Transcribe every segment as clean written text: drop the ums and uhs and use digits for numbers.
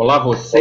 Olá você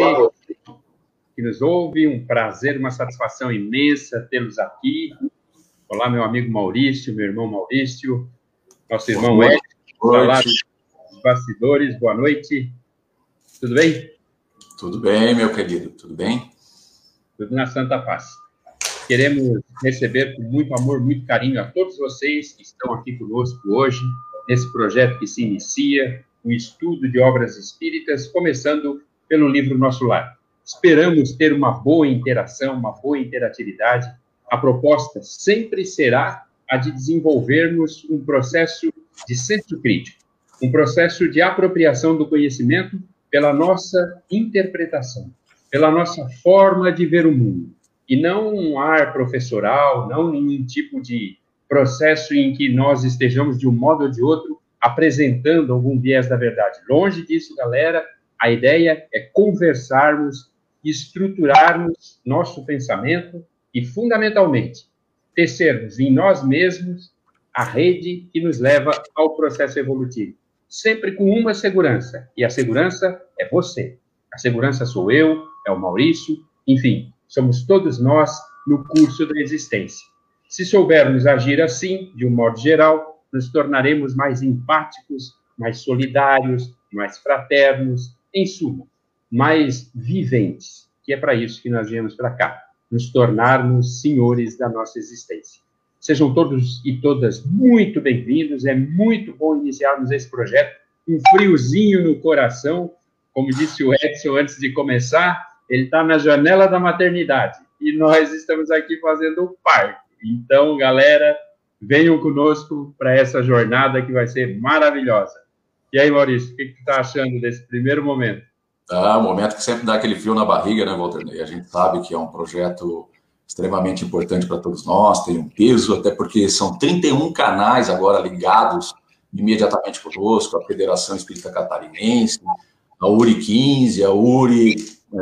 que nos ouve, um prazer, uma satisfação imensa tê-los aqui. Olá, meu amigo Maurício, meu irmão Maurício, nosso irmão Edson, lá dos bastidores, boa noite. Tudo bem? Tudo bem, meu querido, tudo bem? Tudo na santa paz. Queremos receber com muito amor, muito carinho a todos vocês que estão aqui conosco hoje, nesse projeto que se inicia, um estudo de obras espíritas, começando pelo livro Nosso Lar. Esperamos ter uma boa interação, uma boa interatividade. A proposta sempre será a de desenvolvermos um processo de senso crítico, um processo de apropriação do conhecimento pela nossa interpretação, pela nossa forma de ver o mundo. E não um ar professoral, não nenhum tipo de processo em que nós estejamos, de um modo ou de outro, apresentando algum viés da verdade. Longe disso, galera, a ideia é conversarmos, estruturarmos nosso pensamento e, fundamentalmente, tecermos em nós mesmos a rede que nos leva ao processo evolutivo. Sempre com uma segurança, e a segurança é você. A segurança sou eu, é o Maurício, enfim, somos todos nós no curso da existência. Se soubermos agir assim, de um modo geral, nos tornaremos mais empáticos, mais solidários, mais fraternos, em suma, mais viventes, que é para isso que nós viemos para cá, nos tornarmos senhores da nossa existência. Sejam todos e todas muito bem-vindos, é muito bom iniciarmos esse projeto, um friozinho no coração, como disse o Edson antes de começar, ele está na janela da maternidade, e nós estamos aqui fazendo o parto. Então, galera, venham conosco para essa jornada que vai ser maravilhosa. E aí, Maurício, o que tu está achando desse primeiro momento? Um momento que sempre dá aquele frio na barriga, né, Walter? A gente sabe que é um projeto extremamente importante para todos nós, tem um peso, até porque são 31 canais agora ligados imediatamente conosco, a Federação Espírita Catarinense, a URI 15, a URI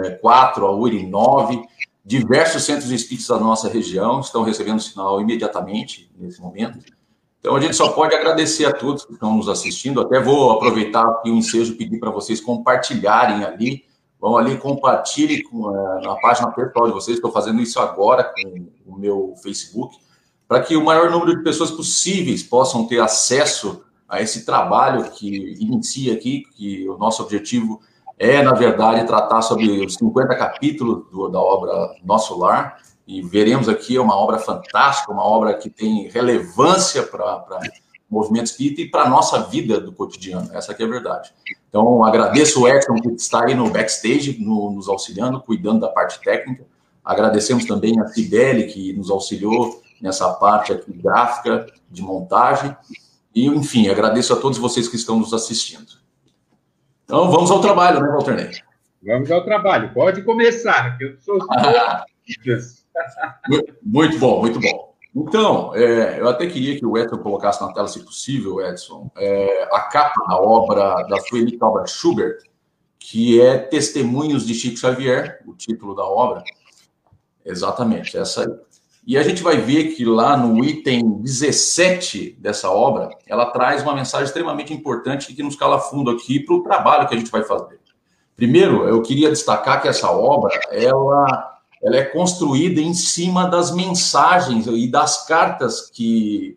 4, a URI 9, diversos centros espíritas da nossa região estão recebendo sinal imediatamente nesse momento. Então, a gente só pode agradecer a todos que estão nos assistindo. Até vou aproveitar aqui o ensejo e pedir para vocês compartilharem ali. Vão ali, compartilhem na página pessoal de vocês. Estou fazendo isso agora com o meu Facebook, para que o maior número de pessoas possíveis possam ter acesso a esse trabalho que inicia aqui, que o nosso objetivo é, na verdade, tratar sobre os 50 capítulos da obra Nosso Lar. E veremos aqui uma obra fantástica, uma obra que tem relevância para o movimento espírita e para a nossa vida do cotidiano. Essa aqui é a verdade. Então, agradeço o Edson, que está aí no backstage, nos auxiliando, cuidando da parte técnica. Agradecemos também a Cibele, que nos auxiliou nessa parte aqui gráfica, de montagem. E, enfim, agradeço a todos vocês que estão nos assistindo. Então, vamos ao trabalho, né, Walter Ney? Vamos ao trabalho. Pode começar, que eu sou... Muito bom, muito bom. Então, eu até queria que o Edson colocasse na tela, se possível, Edson, a capa da obra da Sueli Calber Schubert, que é Testemunhos de Chico Xavier, o título da obra. Exatamente, essa aí. E a gente vai ver que lá no item 17 dessa obra, ela traz uma mensagem extremamente importante que nos cala fundo aqui para o trabalho que a gente vai fazer. Primeiro, eu queria destacar que essa obra, ela é construída em cima das mensagens e das cartas que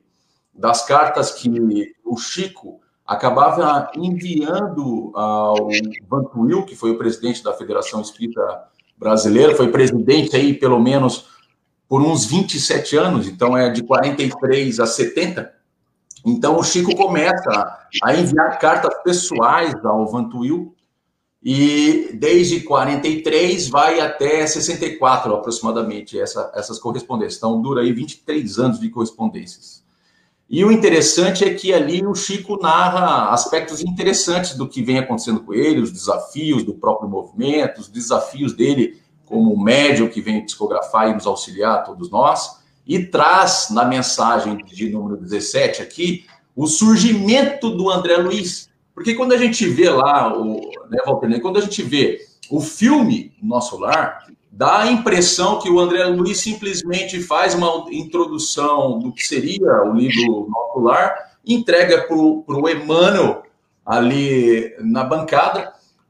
o Chico acabava enviando ao Vantuil, que foi o presidente da Federação Espírita Brasileira, foi presidente aí pelo menos por uns 27 anos, então é de 43 a 70. Então o Chico começa a enviar cartas pessoais ao Vantuil, e desde 43 vai até 64, aproximadamente, essas correspondências. Então, dura aí 23 anos de correspondências. E o interessante é que ali o Chico narra aspectos interessantes do que vem acontecendo com ele, os desafios do próprio movimento, os desafios dele como médium que vem psicografar e nos auxiliar a todos nós, e traz na mensagem de número 17 aqui o surgimento do André Luiz. Porque quando a gente vê lá, Walter, quando a gente vê o filme Nosso Lar, dá a impressão que o André Luiz simplesmente faz uma introdução do que seria o livro Nosso Lar, entrega para o Emmanuel ali na bancada,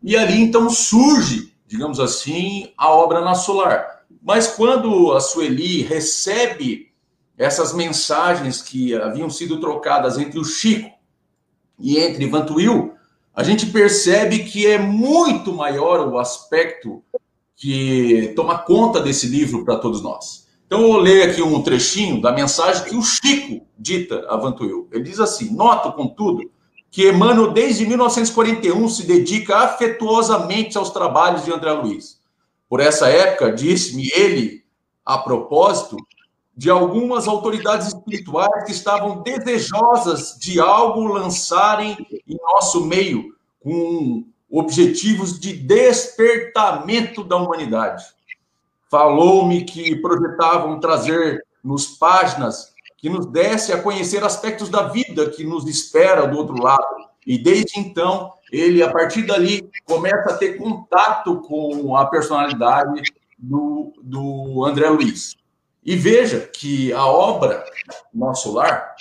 e ali então surge, digamos assim, a obra Nosso Lar. Mas quando a Sueli recebe essas mensagens que haviam sido trocadas entre o Chico e entre Vantuil, a gente percebe que é muito maior o aspecto que toma conta desse livro para todos nós. Então eu vou ler aqui um trechinho da mensagem que o Chico dita a Vantuil. Ele diz assim: noto, contudo, que Emmanuel, desde 1941, se dedica afetuosamente aos trabalhos de André Luiz. Por essa época, disse-me ele, a propósito, de algumas autoridades espirituais que estavam desejosas de algo lançarem em nosso meio, com objetivos de despertamento da humanidade. Falou-me que projetavam trazer-nos páginas que nos desse a conhecer aspectos da vida que nos espera do outro lado. E desde então, ele, a partir dali, começa a ter contato com a personalidade do André Luiz. E veja que a obra Nosso Lar,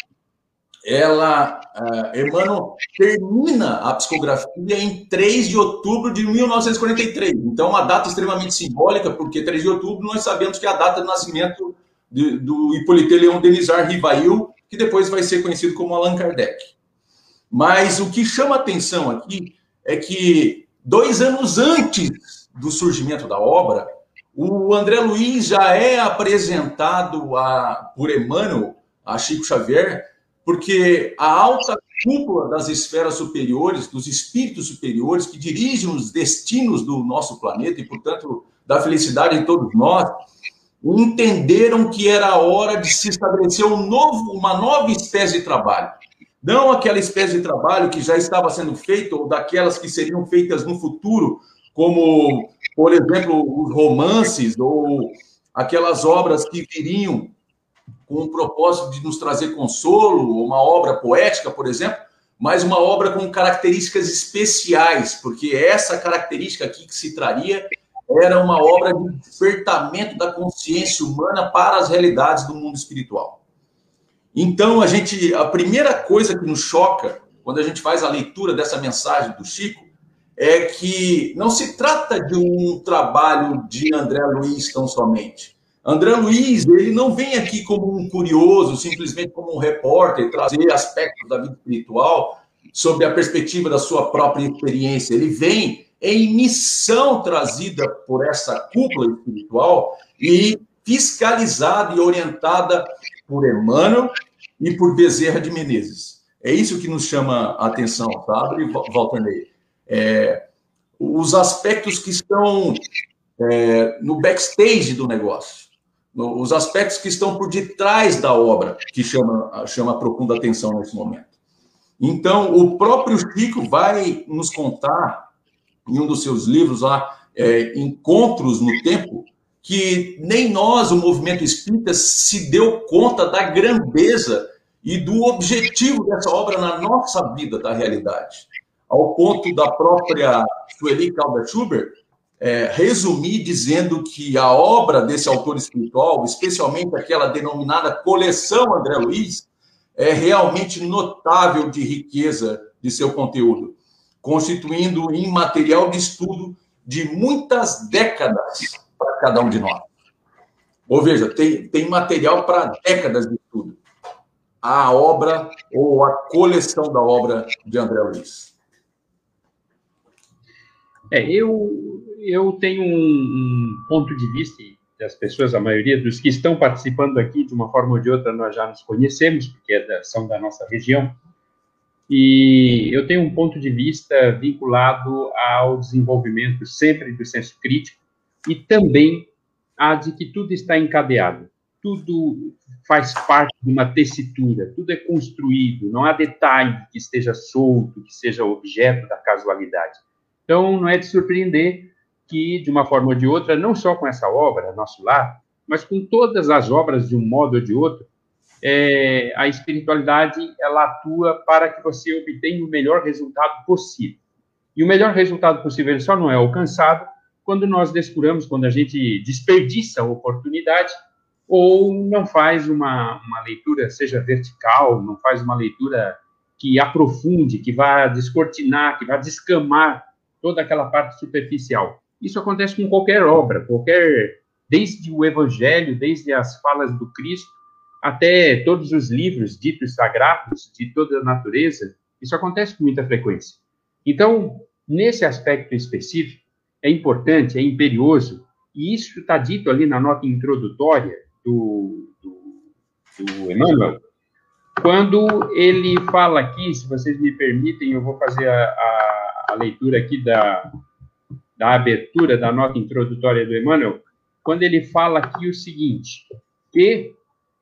Emmanuel termina a psicografia em 3 de outubro de 1943. Então, uma data extremamente simbólica, porque 3 de outubro nós sabemos que é a data do nascimento do Hippolyte Léon Denisard Rivail, que depois vai ser conhecido como Allan Kardec. Mas o que chama atenção aqui é que 2 anos antes do surgimento da obra, o André Luiz já é apresentado por Emmanuel, a Chico Xavier, porque a alta cúpula das esferas superiores, dos espíritos superiores, que dirigem os destinos do nosso planeta e, portanto, da felicidade de todos nós, entenderam que era a hora de se estabelecer uma nova espécie de trabalho. Não aquela espécie de trabalho que já estava sendo feita, ou daquelas que seriam feitas no futuro, como, por exemplo, os romances, ou aquelas obras que viriam com o propósito de nos trazer consolo, uma obra poética, por exemplo, mas uma obra com características especiais, porque essa característica aqui que se traria era uma obra de despertamento da consciência humana para as realidades do mundo espiritual. Então, a primeira coisa que nos choca, quando a gente faz a leitura dessa mensagem do Chico, é que não se trata de um trabalho de André Luiz tão somente. André Luiz, ele não vem aqui como um curioso, simplesmente como um repórter, trazer aspectos da vida espiritual sob a perspectiva da sua própria experiência. Ele vem em missão trazida por essa cúpula espiritual e fiscalizada e orientada por Emmanuel e por Bezerra de Menezes. É isso que nos chama a atenção, sabe, Walter Ney? Os aspectos que estão no backstage do negócio, os aspectos que estão por detrás da obra, que chama profunda atenção nesse momento. Então, o próprio Chico vai nos contar, em um dos seus livros lá, Encontros no Tempo, que nem nós, o movimento espírita, se deu conta da grandeza e do objetivo dessa obra na nossa vida da realidade. Ao ponto da própria Sueli Calder-Schubert resumir dizendo que a obra desse autor espiritual, especialmente aquela denominada Coleção André Luiz, é realmente notável de riqueza de seu conteúdo, constituindo em material de estudo de muitas décadas para cada um de nós. Ou veja, tem material para décadas de estudo. A obra ou a coleção da obra de André Luiz. Eu tenho um ponto de vista, e as pessoas, a maioria dos que estão participando aqui, de uma forma ou de outra, nós já nos conhecemos, porque são da nossa região, e eu tenho um ponto de vista vinculado ao desenvolvimento sempre do senso crítico e também a de que tudo está encadeado, tudo faz parte de uma tessitura, tudo é construído, não há detalhe que esteja solto, que seja objeto da casualidade. Então, não é de surpreender que, de uma forma ou de outra, não só com essa obra, Nosso Lar, mas com todas as obras, de um modo ou de outro, a espiritualidade ela atua para que você obtenha o melhor resultado possível. E o melhor resultado possível ele só não é alcançado quando nós descuramos, quando a gente desperdiça a oportunidade ou não faz uma leitura, seja vertical, não faz uma leitura que aprofunde, que vá descortinar, que vá descamar toda aquela parte superficial. Isso acontece com qualquer obra, desde o Evangelho, desde as falas do Cristo, até todos os livros ditos sagrados de toda a natureza. Isso acontece com muita frequência. Então, nesse aspecto específico, é importante, é imperioso, e isso está dito ali na nota introdutória do Emmanuel, quando ele fala aqui, se vocês me permitem, eu vou fazer a leitura aqui da abertura da nota introdutória do Emmanuel, quando ele fala aqui o seguinte, que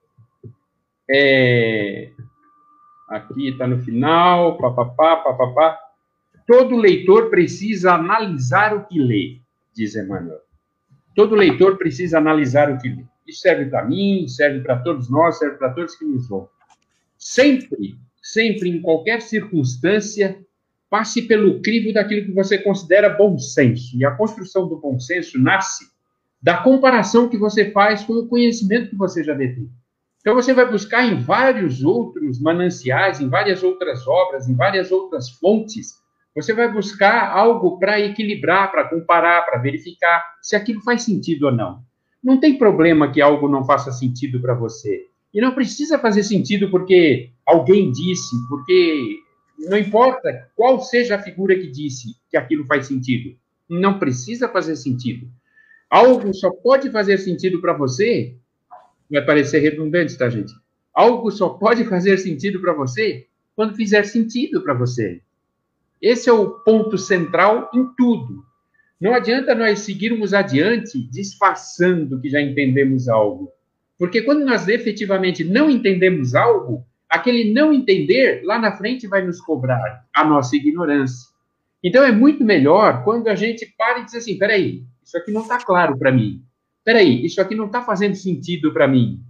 aqui está no final, papapá, todo leitor precisa analisar o que lê, diz Emmanuel. Todo leitor precisa analisar o que lê. Isso serve para mim, serve para todos nós, serve para todos que nos ouvem. Sempre, em qualquer circunstância, passe pelo crivo daquilo que você considera bom senso. E a construção do bom senso nasce da comparação que você faz com o conhecimento que você já detém. Então, você vai buscar em vários outros mananciais, em várias outras obras, em várias outras fontes, você vai buscar algo para equilibrar, para comparar, para verificar se aquilo faz sentido ou não. Não tem problema que algo não faça sentido para você. E não precisa fazer sentido porque alguém disse, porque não importa qual seja a figura que disse que aquilo faz sentido. Não precisa fazer sentido. Algo só pode fazer sentido para você, vai parecer redundante, tá, gente? Algo só pode fazer sentido para você quando fizer sentido para você. Esse é o ponto central em tudo. Não adianta nós seguirmos adiante disfarçando que já entendemos algo. Porque quando nós efetivamente não entendemos algo, aquele não entender, lá na frente, vai nos cobrar a nossa ignorância. Então, é muito melhor quando a gente para e diz assim, peraí, isso aqui não está claro para mim. Peraí, isso aqui não está fazendo sentido para mim.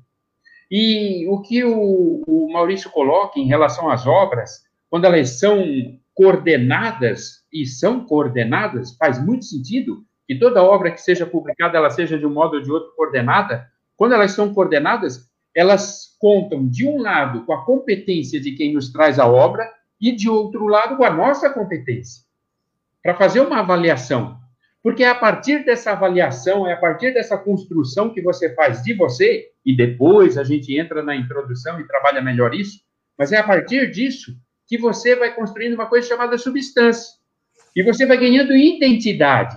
E o que o Maurício coloca em relação às obras, quando elas são coordenadas, e são coordenadas, faz muito sentido que toda obra que seja publicada, ela seja de um modo ou de outro coordenada. Quando elas são coordenadas, elas contam, de um lado, com a competência de quem nos traz a obra, e, de outro lado, com a nossa competência, para fazer uma avaliação. Porque é a partir dessa avaliação, é a partir dessa construção que você faz de você, e depois a gente entra na introdução e trabalha melhor isso, mas é a partir disso que você vai construindo uma coisa chamada substância. E você vai ganhando identidade.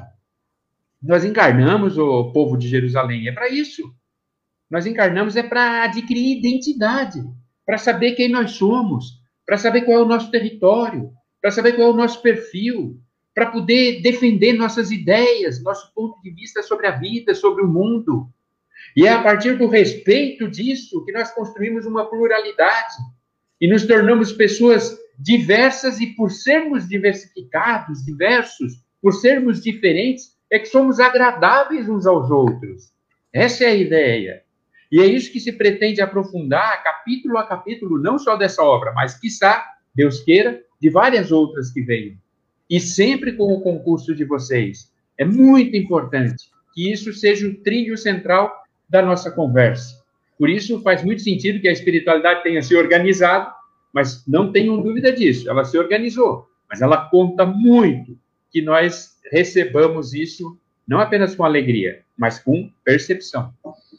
Nós encarnamos, o povo de Jerusalém, é para isso. Nós encarnamos é para adquirir identidade, para saber quem nós somos, para saber qual é o nosso território, para saber qual é o nosso perfil, para poder defender nossas ideias, nosso ponto de vista sobre a vida, sobre o mundo. E é a partir do respeito disso que nós construímos uma pluralidade e nos tornamos pessoas diversas, e por sermos diversificados, diversos, por sermos diferentes, é que somos agradáveis uns aos outros. Essa é a ideia. E é isso que se pretende aprofundar, capítulo a capítulo, não só dessa obra, mas, quiçá, Deus queira, de várias outras que venham. E sempre com o concurso de vocês. É muito importante que isso seja o trilho central da nossa conversa. Por isso, faz muito sentido que a espiritualidade tenha se organizado, mas não tenham dúvida disso, ela se organizou. Mas ela conta muito que nós recebamos isso, não apenas com alegria, mas com percepção.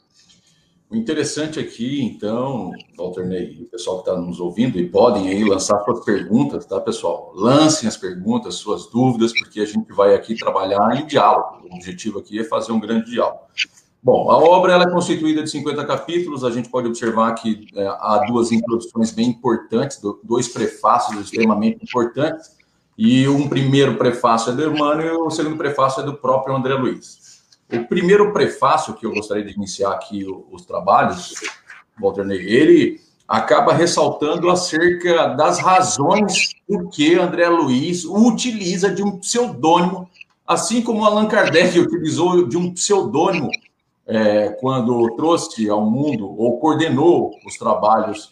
O interessante aqui, então, Walter Ney, o pessoal que está nos ouvindo, e podem aí lançar suas perguntas, tá, pessoal? Lancem as perguntas, suas dúvidas, porque a gente vai aqui trabalhar em diálogo. O objetivo aqui é fazer um grande diálogo. Bom, a obra ela é constituída de 50 capítulos, a gente pode observar que há duas introduções bem importantes, dois prefácios extremamente importantes, e um primeiro prefácio é do Emmanuel e o segundo prefácio é do próprio André Luiz. O primeiro prefácio que eu gostaria de iniciar aqui os trabalhos, Walter Ney, ele acaba ressaltando acerca das razões por que André Luiz utiliza de um pseudônimo, assim como Allan Kardec utilizou de um pseudônimo quando trouxe ao mundo, ou coordenou os trabalhos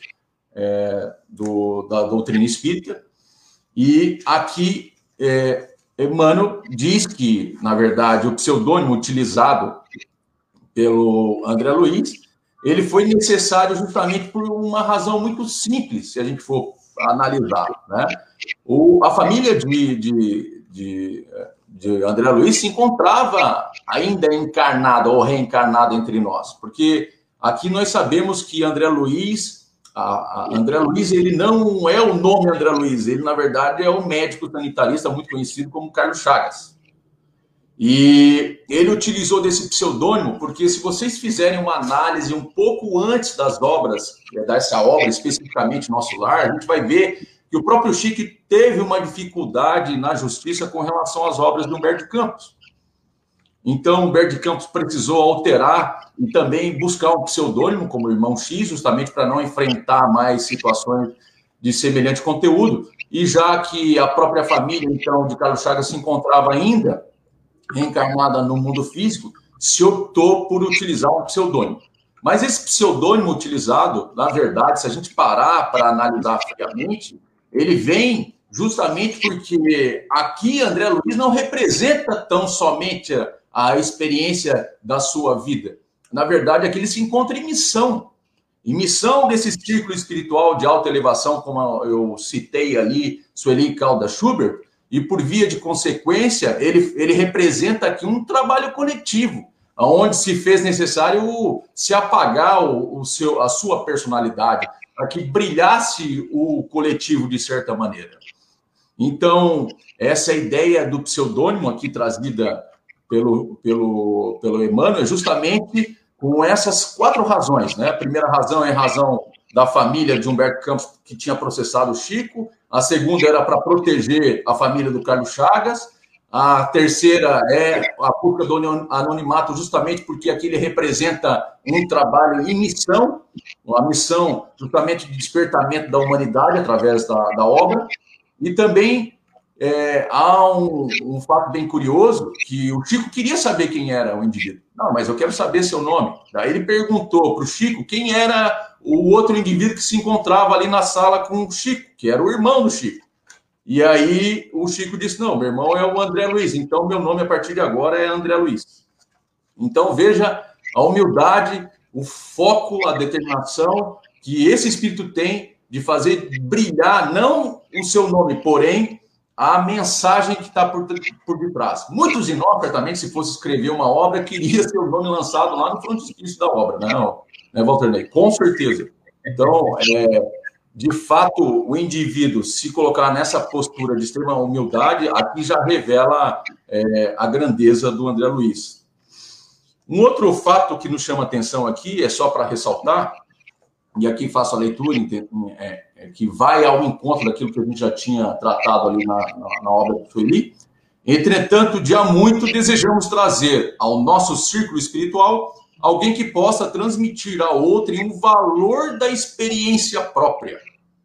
da doutrina espírita. E aqui Emmanuel diz que, na verdade, o pseudônimo utilizado pelo André Luiz, ele foi necessário justamente por uma razão muito simples, se a gente for analisar, né? A família de de André Luiz se encontrava ainda encarnado ou reencarnado entre nós, porque aqui nós sabemos que André Luiz, André Luiz, ele não é o nome André Luiz, ele na verdade é um médico sanitarista muito conhecido como Carlos Chagas. E ele utilizou desse pseudônimo porque, se vocês fizerem uma análise um pouco antes das obras, dessa obra especificamente Nosso Lar, a gente vai ver que o próprio Chico teve uma dificuldade na justiça com relação às obras de Humberto de Campos. Então, Humberto de Campos precisou alterar e também buscar um pseudônimo como Irmão X, justamente para não enfrentar mais situações de semelhante conteúdo. E já que a própria família, então, de Carlos Chagas se encontrava ainda reencarnada no mundo físico, se optou por utilizar um pseudônimo. Mas esse pseudônimo utilizado, na verdade, se a gente parar para analisar friamente, ele vem justamente porque aqui André Luiz não representa tão somente a experiência da sua vida. Na verdade, aqui ele se encontra em missão. Em missão desse círculo espiritual de alta elevação, como eu citei ali, Sueli Caldas Schubert, e por via de consequência, ele representa aqui um trabalho coletivo, onde se fez necessário se apagar a sua personalidade, para que brilhasse o coletivo de certa maneira. Então, essa ideia do pseudônimo aqui trazida pelo Emmanuel é justamente com essas 4 razões, né? A primeira razão é a razão da família de Humberto Campos, que tinha processado o Chico. A segunda era para proteger a família do Carlos Chagas. A terceira é a busca do anonimato, justamente porque aqui ele representa um trabalho em missão, uma missão justamente de despertamento da humanidade através da obra. E também há um fato bem curioso, que o Chico queria saber quem era o indivíduo. Não, mas eu quero saber seu nome. Daí ele perguntou para o Chico quem era o outro indivíduo que se encontrava ali na sala com o Chico, que era o irmão do Chico. E aí o Chico disse, não, meu irmão é o André Luiz, então meu nome a partir de agora é André Luiz. Então veja a humildade, o foco, a determinação que esse espírito tem de fazer brilhar não o seu nome, porém a mensagem que está por detrás. Muitos de nós, certamente, se fosse escrever uma obra, queria ser o nome lançado lá no frontispício da obra, não, né, Walter Ney? Com certeza. Então, de fato, o indivíduo se colocar nessa postura de extrema humildade, aqui já revela a grandeza do André Luiz. Um outro fato que nos chama atenção aqui, é só para ressaltar, e aqui faço a leitura, que vai ao encontro daquilo que a gente já tinha tratado ali na obra do Sueli. Entretanto, de há muito desejamos trazer ao nosso círculo espiritual alguém que possa transmitir a outrem o valor da experiência própria,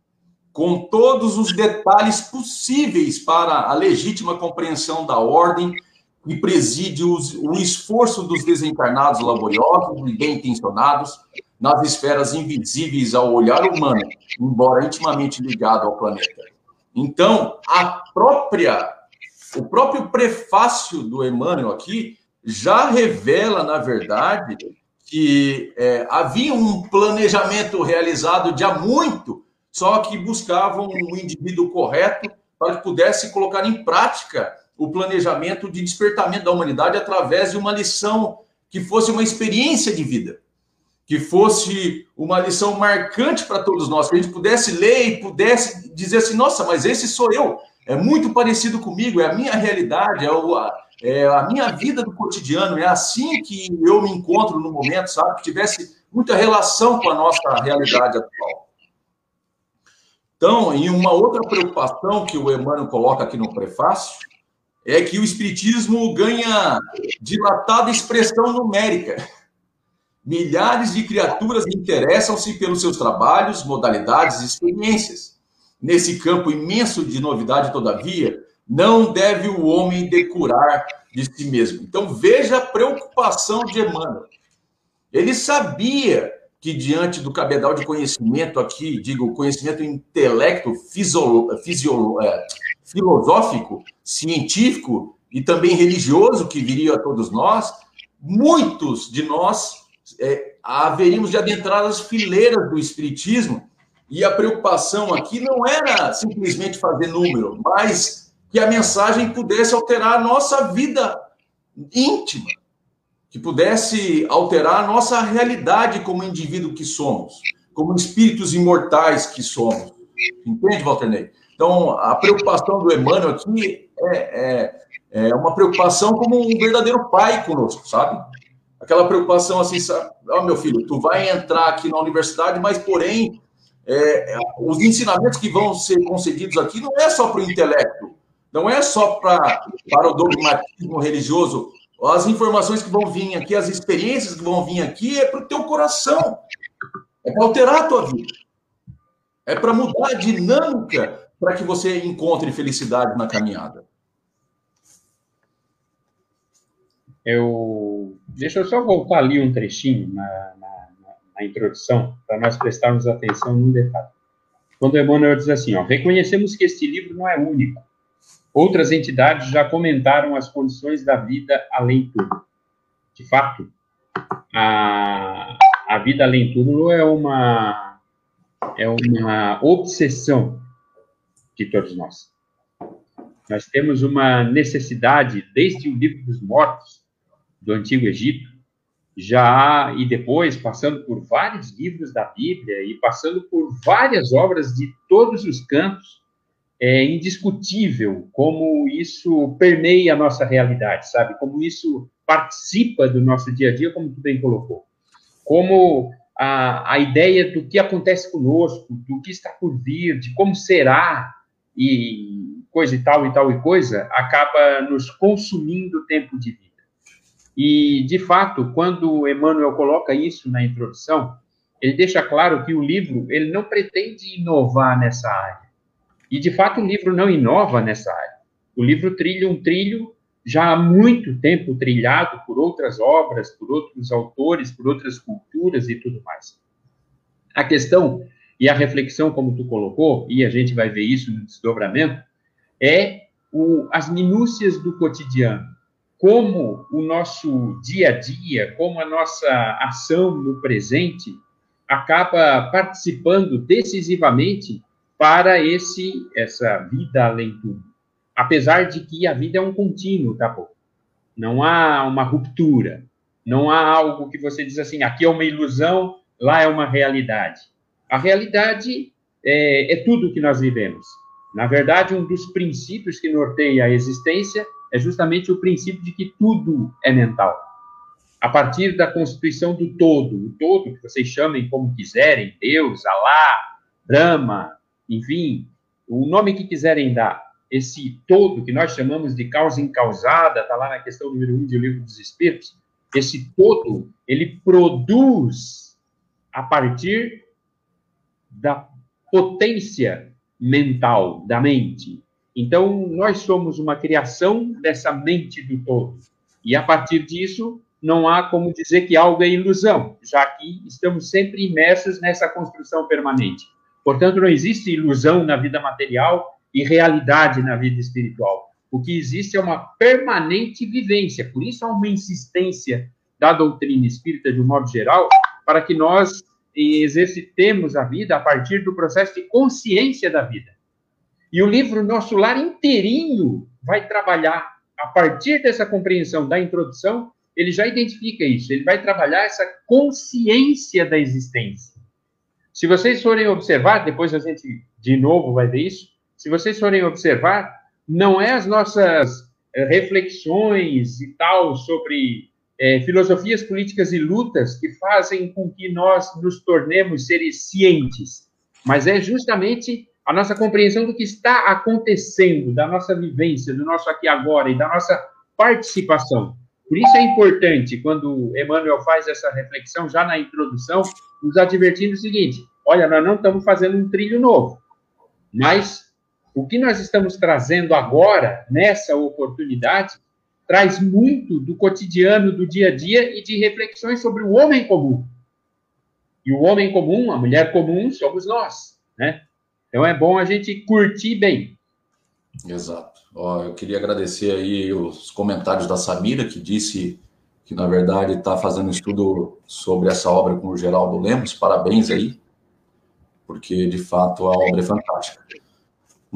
com todos os detalhes possíveis para a legítima compreensão da ordem e preside o esforço dos desencarnados laboriosos e bem-intencionados nas esferas invisíveis ao olhar humano, embora intimamente ligado ao planeta. Então, o próprio prefácio do Emmanuel aqui já revela, na verdade, que havia um planejamento realizado de há muito, só que buscavam um indivíduo correto para que pudesse colocar em prática o planejamento de despertamento da humanidade através de uma lição que fosse uma experiência de vida, que fosse uma lição marcante para todos nós, que a gente pudesse ler e pudesse dizer assim, nossa, mas esse sou eu, é muito parecido comigo, é a minha realidade, é a minha vida do cotidiano, é assim que eu me encontro no momento, sabe? Que tivesse muita relação com a nossa realidade atual. Então, em uma outra preocupação que o Emmanuel coloca aqui no prefácio, é que o espiritismo ganha dilatada expressão numérica. Milhares de criaturas interessam-se pelos seus trabalhos, modalidades e experiências. Nesse campo imenso de novidade, todavia, não deve o homem decurar de si mesmo. Então, veja a preocupação de Emmanuel. Ele sabia que, diante do cabedal de conhecimento aqui, digo, conhecimento intelecto, filosófico, científico e também religioso que viria a todos nós, muitos de nós haveríamos de adentrar as fileiras do espiritismo, e a preocupação aqui não era simplesmente fazer número, mas que a mensagem pudesse alterar a nossa vida íntima, que pudesse alterar a nossa realidade como indivíduo que somos, como espíritos imortais que somos. Entende, Walter? Então, a preocupação do Emmanuel aqui é uma preocupação como um verdadeiro pai conosco, sabe? Aquela preocupação assim, ó, meu filho, tu vai entrar aqui na universidade, mas, porém, os ensinamentos que vão ser concedidos aqui não é só para o intelecto, não é só para o dogmatismo religioso. As informações que vão vir aqui, as experiências que vão vir aqui, é para o teu coração, é para alterar a tua vida, é para mudar a dinâmica para que você encontre felicidade na caminhada. Deixa eu só voltar ali um trechinho na introdução, para nós prestarmos atenção num detalhe. Quando Emmanuel diz assim, ó, reconhecemos que este livro não é único. Outras entidades já comentaram as condições da vida além túmulo. De fato, a vida além túmulo é uma obsessão de todos nós. Nós temos uma necessidade, desde o Livro dos Mortos, do Antigo Egito, e depois passando por vários livros da Bíblia e passando por várias obras de todos os cantos, é indiscutível como isso permeia a nossa realidade, sabe? Como isso participa do nosso dia a dia, como tu bem colocou. Como a ideia do que acontece conosco, do que está por vir, de como será, e coisa e tal, e coisa, acaba nos consumindo o tempo de vida. E, de fato, quando Emmanuel coloca isso na introdução, ele deixa claro que o livro ele não pretende inovar nessa área. E, de fato, o livro não inova nessa área. O livro trilha um trilho já há muito tempo trilhado por outras obras, por outros autores, por outras culturas e tudo mais. A questão e a reflexão, como tu colocou, e a gente vai ver isso no desdobramento, as minúcias do cotidiano. Como o nosso dia a dia, como a nossa ação no presente acaba participando decisivamente para essa vida além de tudo. Apesar de que a vida é um contínuo, tá bom? Não há uma ruptura, não há algo que você diz assim, aqui é uma ilusão, lá é uma realidade. A realidade é tudo que nós vivemos. Na verdade, um dos princípios que norteia a existência é justamente o princípio de que tudo é mental. A partir da constituição do todo, o todo que vocês chamem como quiserem, Deus, Alá, Brahma, enfim, o nome que quiserem dar, esse todo que nós chamamos de causa incausada, está lá na questão número 1 do Livro dos Espíritos, esse todo, ele produz a partir da potência mental, da mente. Então, nós somos uma criação dessa mente do todo. E, a partir disso, não há como dizer que algo é ilusão, já que estamos sempre imersos nessa construção permanente. Portanto, não existe ilusão na vida material e realidade na vida espiritual. O que existe é uma permanente vivência. Por isso, há uma insistência da doutrina espírita, de um modo geral, para que nós exercitemos a vida a partir do processo de consciência da vida. E o livro Nosso Lar inteirinho vai trabalhar, a partir dessa compreensão da introdução, ele já identifica isso, ele vai trabalhar essa consciência da existência. Se vocês forem observar, depois a gente de novo vai ver isso, se vocês forem observar, não é as nossas reflexões e tal sobre filosofias políticas e lutas que fazem com que nós nos tornemos seres cientes, mas é justamente a nossa compreensão do que está acontecendo, da nossa vivência, do nosso aqui e agora e da nossa participação. Por isso é importante, quando Emmanuel faz essa reflexão, já na introdução, nos advertindo o seguinte, olha, nós não estamos fazendo um trilho novo, mas o que nós estamos trazendo agora, nessa oportunidade, traz muito do cotidiano, do dia a dia e de reflexões sobre o homem comum. E o homem comum, a mulher comum, somos nós, né? Então é bom a gente curtir bem. Exato. Eu queria agradecer aí os comentários da Samira, que disse que, na verdade, está fazendo estudo sobre essa obra com o Geraldo Lemos. Parabéns aí, porque, de fato, a obra é fantástica.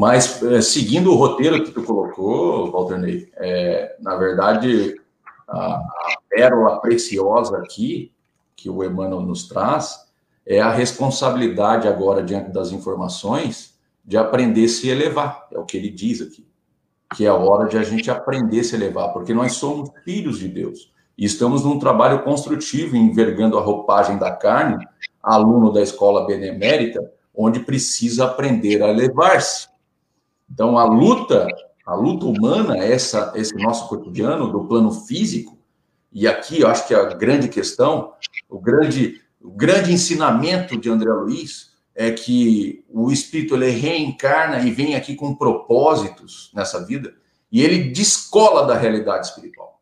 Mas, seguindo o roteiro que tu colocou, Walterney, na verdade, a pérola preciosa aqui, que o Emmanuel nos traz, é a responsabilidade agora, diante das informações, de aprender a se elevar. É o que ele diz aqui. Que é a hora de a gente aprender a se elevar, porque nós somos filhos de Deus. E estamos num trabalho construtivo, envergando a roupagem da carne, aluno da escola benemérita, onde precisa aprender a elevar-se. Então, a luta humana, esse nosso cotidiano, do plano físico, e aqui eu acho que a grande questão, o grande ensinamento de André Luiz é que o espírito ele reencarna e vem aqui com propósitos nessa vida, e ele descola da realidade espiritual.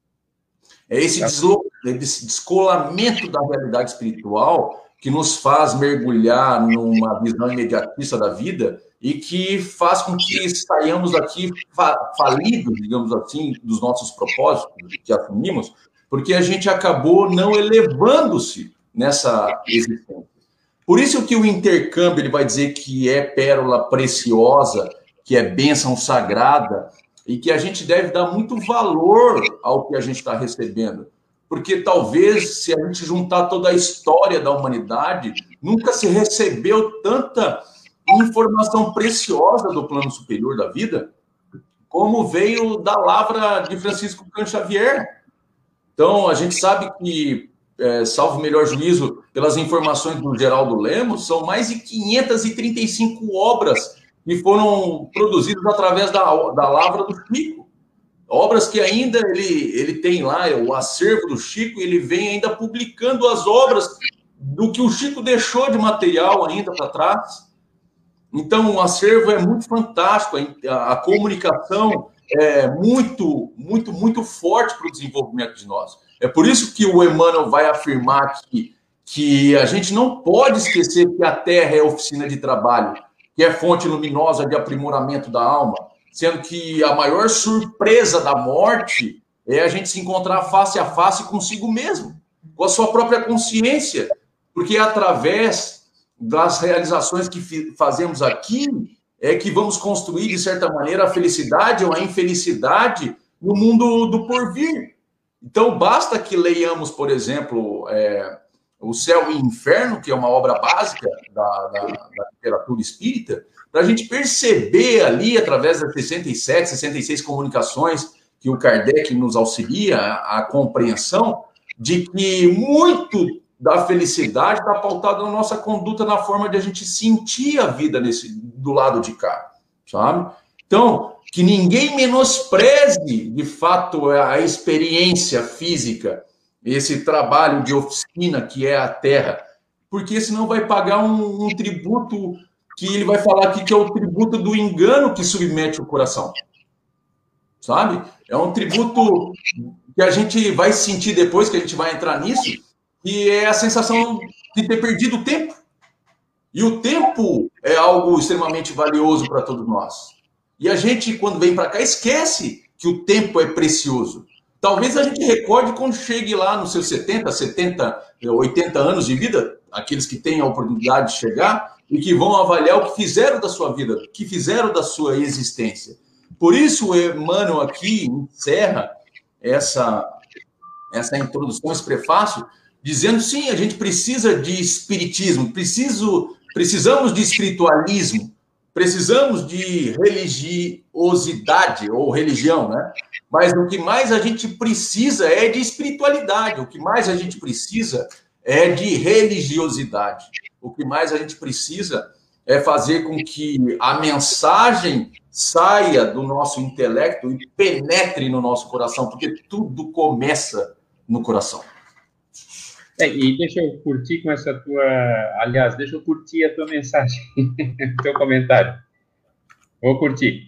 É esse descolamento da realidade espiritual que nos faz mergulhar numa visão imediatista da vida e que faz com que saiamos daqui falidos, digamos assim, dos nossos propósitos que assumimos, porque a gente acabou não elevando-se nessa existência. Por isso que o intercâmbio ele vai dizer que é pérola preciosa, que é bênção sagrada, e que a gente deve dar muito valor ao que a gente está recebendo. Porque talvez, se a gente juntar toda a história da humanidade, nunca se recebeu tanta informação preciosa do plano superior da vida, como veio da lavra de Francisco Cândido Xavier. Então, a gente sabe que, salvo o melhor juízo, pelas informações do Geraldo Lemos, são mais de 535 obras que foram produzidas através da lavra do Chico. Obras que ainda ele tem lá, o acervo do Chico, e ele vem ainda publicando as obras do que o Chico deixou de material ainda para trás. Então, o acervo é muito fantástico, a comunicação é muito, muito, muito forte para o desenvolvimento de nós. É por isso que o Emmanuel vai afirmar que a gente não pode esquecer que a Terra é oficina de trabalho, que é fonte luminosa de aprimoramento da alma, sendo que a maior surpresa da morte é a gente se encontrar face a face consigo mesmo, com a sua própria consciência, porque é através das realizações que fazemos aqui é que vamos construir, de certa maneira, a felicidade ou a infelicidade no mundo do porvir. Então, basta que leiamos, por exemplo, O Céu e o Inferno, que é uma obra básica da literatura espírita, para a gente perceber ali, através das 67, 66 comunicações que o Kardec nos auxilia, a compreensão de que muito da felicidade está pautado na nossa conduta, na forma de a gente sentir a vida do lado de cá, sabe? Então, que ninguém menospreze, de fato, a experiência física, esse trabalho de oficina que é a Terra, porque senão vai pagar um tributo que ele vai falar aqui que é o tributo do engano que submete o coração, sabe? É um tributo que a gente vai sentir depois, que a gente vai entrar nisso, que é a sensação de ter perdido o tempo. E o tempo é algo extremamente valioso para todos nós. E a gente, quando vem para cá, esquece que o tempo é precioso. Talvez a gente recorde quando chegue lá nos seus 70, 80 anos de vida, aqueles que têm a oportunidade de chegar e que vão avaliar o que fizeram da sua vida, o que fizeram da sua existência. Por isso, o Emmanuel aqui encerra essa introdução, esse prefácio, dizendo, sim, a gente precisa de espiritismo, precisamos de espiritualismo, precisamos de religiosidade ou religião, né? Mas o que mais a gente precisa é de espiritualidade, o que mais a gente precisa é de religiosidade, o que mais a gente precisa é fazer com que a mensagem saia do nosso intelecto e penetre no nosso coração, porque tudo começa no coração. E deixa eu curtir com essa tua... Aliás, deixa eu curtir a tua mensagem, o teu comentário. Vou curtir.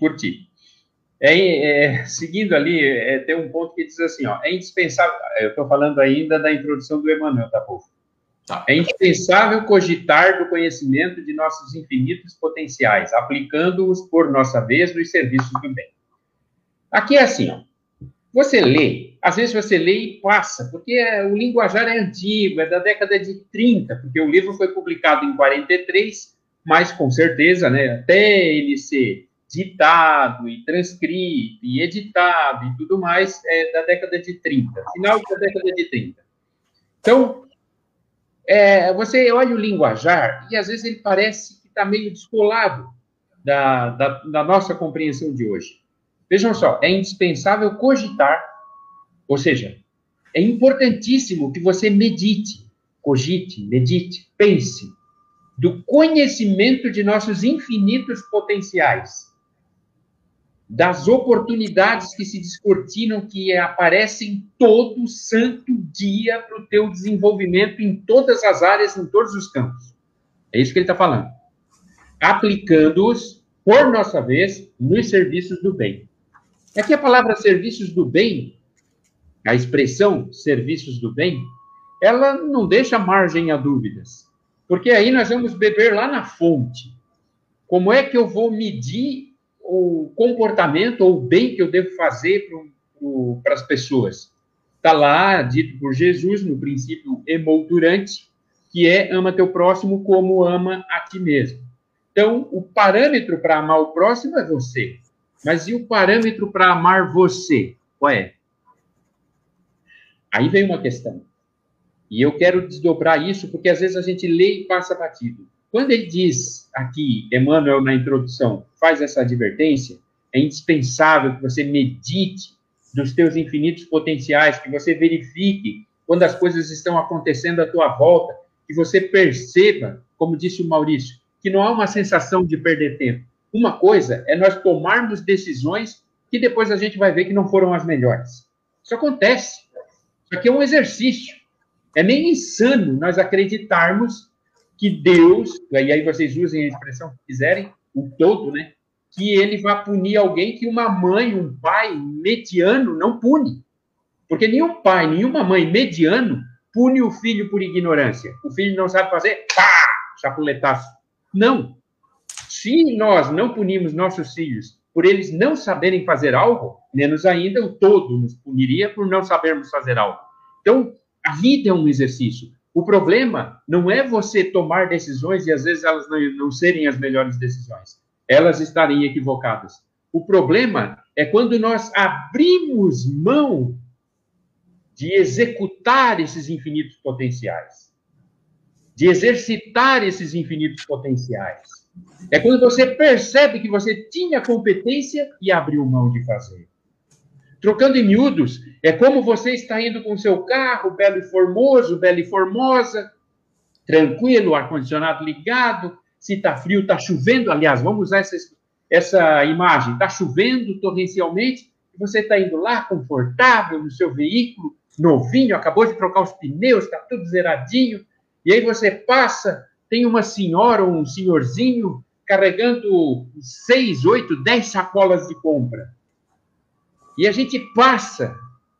Seguindo ali, tem um ponto que diz assim, ó, é indispensável... Eu estou falando ainda da introdução do Emmanuel, tá, povo? Tá. É indispensável cogitar do conhecimento de nossos infinitos potenciais, aplicando-os, por nossa vez, nos serviços do bem. Aqui é assim, ó. Você lê, às vezes você lê e passa, porque o linguajar é antigo, é da década de 30, porque o livro foi publicado em 43, mas com certeza, né, até ele ser ditado e transcrito e editado e tudo mais, é da década de 30, final da década de 30. Então, você olha o linguajar e às vezes ele parece que está meio descolado da nossa compreensão de hoje. Vejam só, é indispensável cogitar, ou seja, é importantíssimo que você medite, cogite, medite, pense, do conhecimento de nossos infinitos potenciais, das oportunidades que se descortinam, que aparecem todo santo dia para o teu desenvolvimento em todas as áreas, em todos os campos. É isso que ele está falando. Aplicando-os, por nossa vez, nos serviços do bem. Aqui a palavra serviços do bem, a expressão serviços do bem, ela não deixa margem a dúvidas. Porque aí nós vamos beber lá na fonte. Como é que eu vou medir o comportamento ou o bem que eu devo fazer para as pessoas? Está lá, dito por Jesus, no princípio emoldurante, que é ama teu próximo como ama a ti mesmo. Então, o parâmetro para amar o próximo é você. Mas e o parâmetro para amar você? Qual é? Aí vem uma questão. E eu quero desdobrar isso, porque às vezes a gente lê e passa batido. Quando ele diz aqui, Emmanuel, na introdução, faz essa advertência, é indispensável que você medite dos teus infinitos potenciais, que você verifique quando as coisas estão acontecendo à tua volta, que você perceba, como disse o Maurício, que não há uma sensação de perder tempo. Uma coisa é nós tomarmos decisões que depois a gente vai ver que não foram as melhores. Isso acontece. Isso aqui é um exercício. É meio insano nós acreditarmos que Deus, e aí vocês usem a expressão que quiserem, o todo, né? Que ele vai punir alguém que uma mãe, um pai mediano não pune. Porque nenhum pai, nenhuma mãe mediano pune o filho por ignorância. O filho não sabe fazer, pá, chapuletaço. Não. Se nós não punimos nossos filhos por eles não saberem fazer algo, menos ainda o todo nos puniria por não sabermos fazer algo. Então, a vida é um exercício. O problema não é você tomar decisões e às vezes elas não serem as melhores decisões. Elas estarem equivocadas. O problema é quando nós abrimos mão de executar esses infinitos potenciais, de exercitar esses infinitos potenciais. É quando você percebe que você tinha competência e abriu mão de fazer. Trocando em miúdos, é como você está indo com o seu carro, belo e formoso, bela e formosa, tranquilo, ar-condicionado ligado, se está frio, está chovendo, aliás, vamos usar essa imagem, está chovendo torrencialmente, e você está indo lá, confortável, no seu veículo, novinho, acabou de trocar os pneus, está tudo zeradinho, e aí você passa, tem uma senhora ou um senhorzinho carregando 6, 8, 10 sacolas de compra. E a gente passa.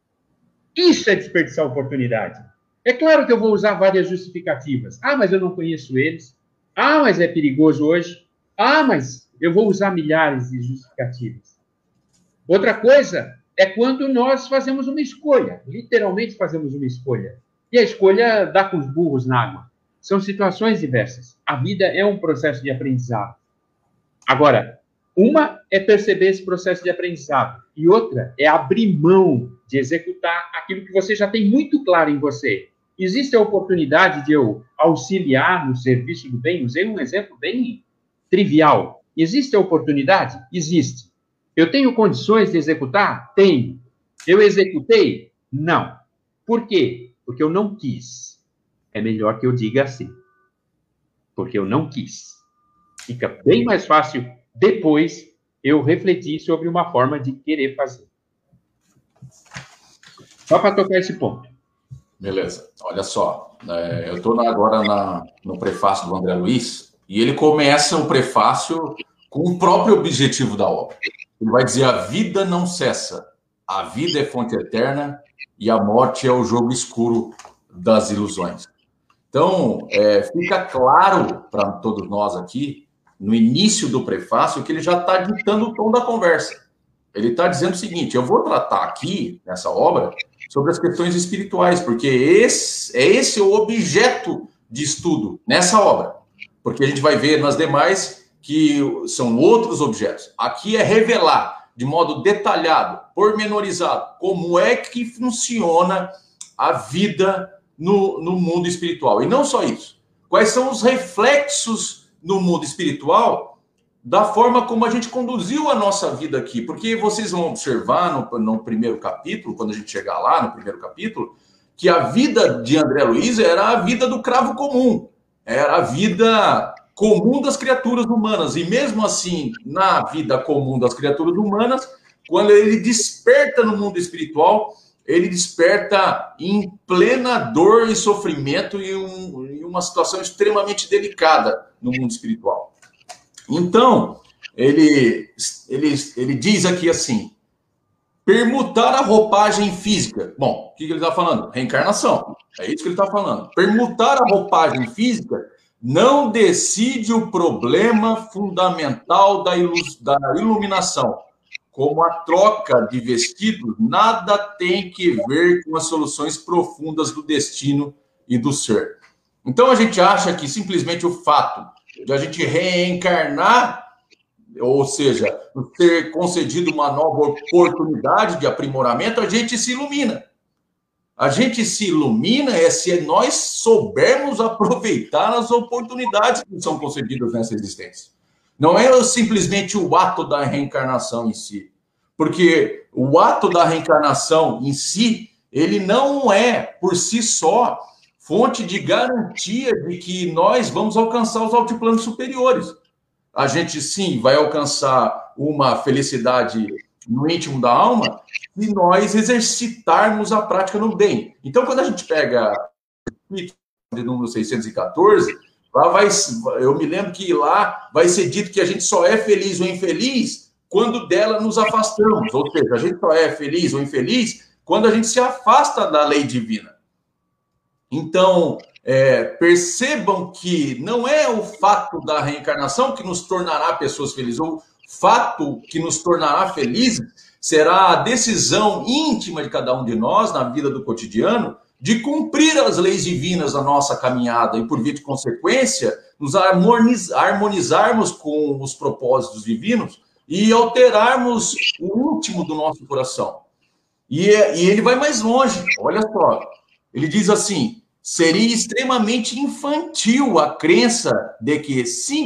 Isso é desperdiçar oportunidade. É claro que eu vou usar várias justificativas. Ah, mas eu não conheço eles. Ah, mas é perigoso hoje. Ah, mas eu vou usar milhares de justificativas. Outra coisa é quando nós fazemos uma escolha. Literalmente fazemos uma escolha. E a escolha dá com os burros na água. São situações diversas. A vida é um processo de aprendizado. Agora, uma é perceber esse processo de aprendizado e outra é abrir mão de executar aquilo que você já tem muito claro em você. Existe a oportunidade de eu auxiliar no serviço do bem? Usei um exemplo bem trivial. Existe a oportunidade? Existe. Eu tenho condições de executar? Tenho. Eu executei? Não. Por quê? Porque eu não quis. É melhor que eu diga assim. Porque eu não quis. Fica bem mais fácil depois eu refletir sobre uma forma de querer fazer. Só para tocar esse ponto. Beleza. Olha só. Eu estou agora no prefácio do André Luiz e ele começa o prefácio com o próprio objetivo da obra. Ele vai dizer: a vida não cessa. A vida é fonte eterna e a morte é o jogo escuro das ilusões. Então, fica claro para todos nós aqui, no início do prefácio, que ele já está ditando o tom da conversa. Ele está dizendo o seguinte: eu vou tratar aqui, nessa obra, sobre as questões espirituais, porque esse é o objeto de estudo nessa obra. porque a gente vai ver nas demais que são outros objetos. Aqui é revelar de modo detalhado, pormenorizado, como é que funciona a vida no mundo espiritual. E não só isso. Quais são os reflexos no mundo espiritual da forma como a gente conduziu a nossa vida aqui. Porque vocês vão observar no primeiro capítulo, quando a gente chegar lá no primeiro capítulo, que a vida de André Luiz era a vida do cravo comum. Era a vida comum das criaturas humanas. E mesmo assim, na vida comum das criaturas humanas, quando ele desperta no mundo espiritual, ele desperta em plena dor e sofrimento e uma situação extremamente delicada no mundo espiritual. Então, ele diz aqui assim, permutar a roupagem física. Bom, o que ele está falando? Reencarnação. É isso que ele está falando. Permutar a roupagem física não decide o problema fundamental da iluminação. Como a troca de vestidos, nada tem que ver com as soluções profundas do destino e do ser. Então a gente acha que simplesmente o fato de a gente reencarnar, ou seja, ter concedido uma nova oportunidade de aprimoramento, a gente se ilumina. A gente se ilumina se nós soubermos aproveitar as oportunidades que são concedidas nessa existência. Não é simplesmente o ato da reencarnação em si. Porque o ato da reencarnação em si, ele não é, por si só, fonte de garantia de que nós vamos alcançar os altiplanos superiores. A gente, sim, vai alcançar uma felicidade no íntimo da alma se nós exercitarmos a prática no bem. Então, quando a gente pega o número 614... eu me lembro que lá vai ser dito que a gente só é feliz ou infeliz quando dela nos afastamos. Ou seja, a gente só é feliz ou infeliz quando a gente se afasta da lei divina. Então, percebam que não é o fato da reencarnação que nos tornará pessoas felizes. O fato que nos tornará felizes será a decisão íntima de cada um de nós na vida do cotidiano de cumprir as leis divinas da nossa caminhada e, por via de consequência, nos harmonizarmos com os propósitos divinos e alterarmos o íntimo do nosso coração. E ele vai mais longe, olha só. Ele diz assim, seria extremamente infantil a crença de que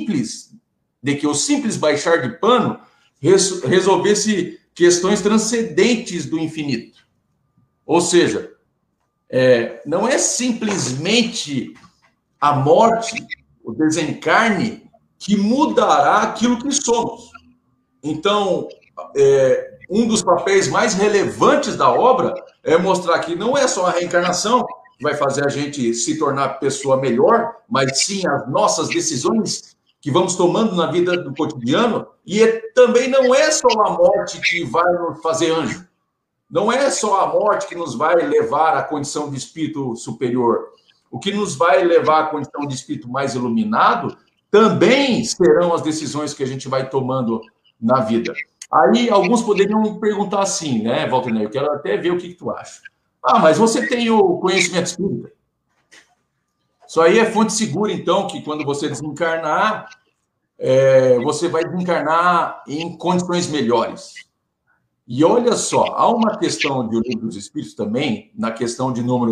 o simples baixar de pano resolvesse questões transcendentes do infinito. Ou seja, não é simplesmente a morte, o desencarne, que mudará aquilo que somos. Então, um dos papéis mais relevantes da obra é mostrar que não é só a reencarnação que vai fazer a gente se tornar pessoa melhor, mas sim as nossas decisões que vamos tomando na vida do cotidiano, e também não é só a morte que vai nos fazer anjo. Não é só a morte que nos vai levar à condição de espírito superior. O que nos vai levar à condição de espírito mais iluminado também serão as decisões que a gente vai tomando na vida. Aí, alguns poderiam perguntar assim, né, Walter Ney? Eu quero até ver o que tu acha. Ah, mas você tem o conhecimento espírita. Isso aí é fonte segura, então, que quando você desencarnar, você vai desencarnar em condições melhores. E olha só, há uma questão de O Livro dos Espíritos também, na questão de número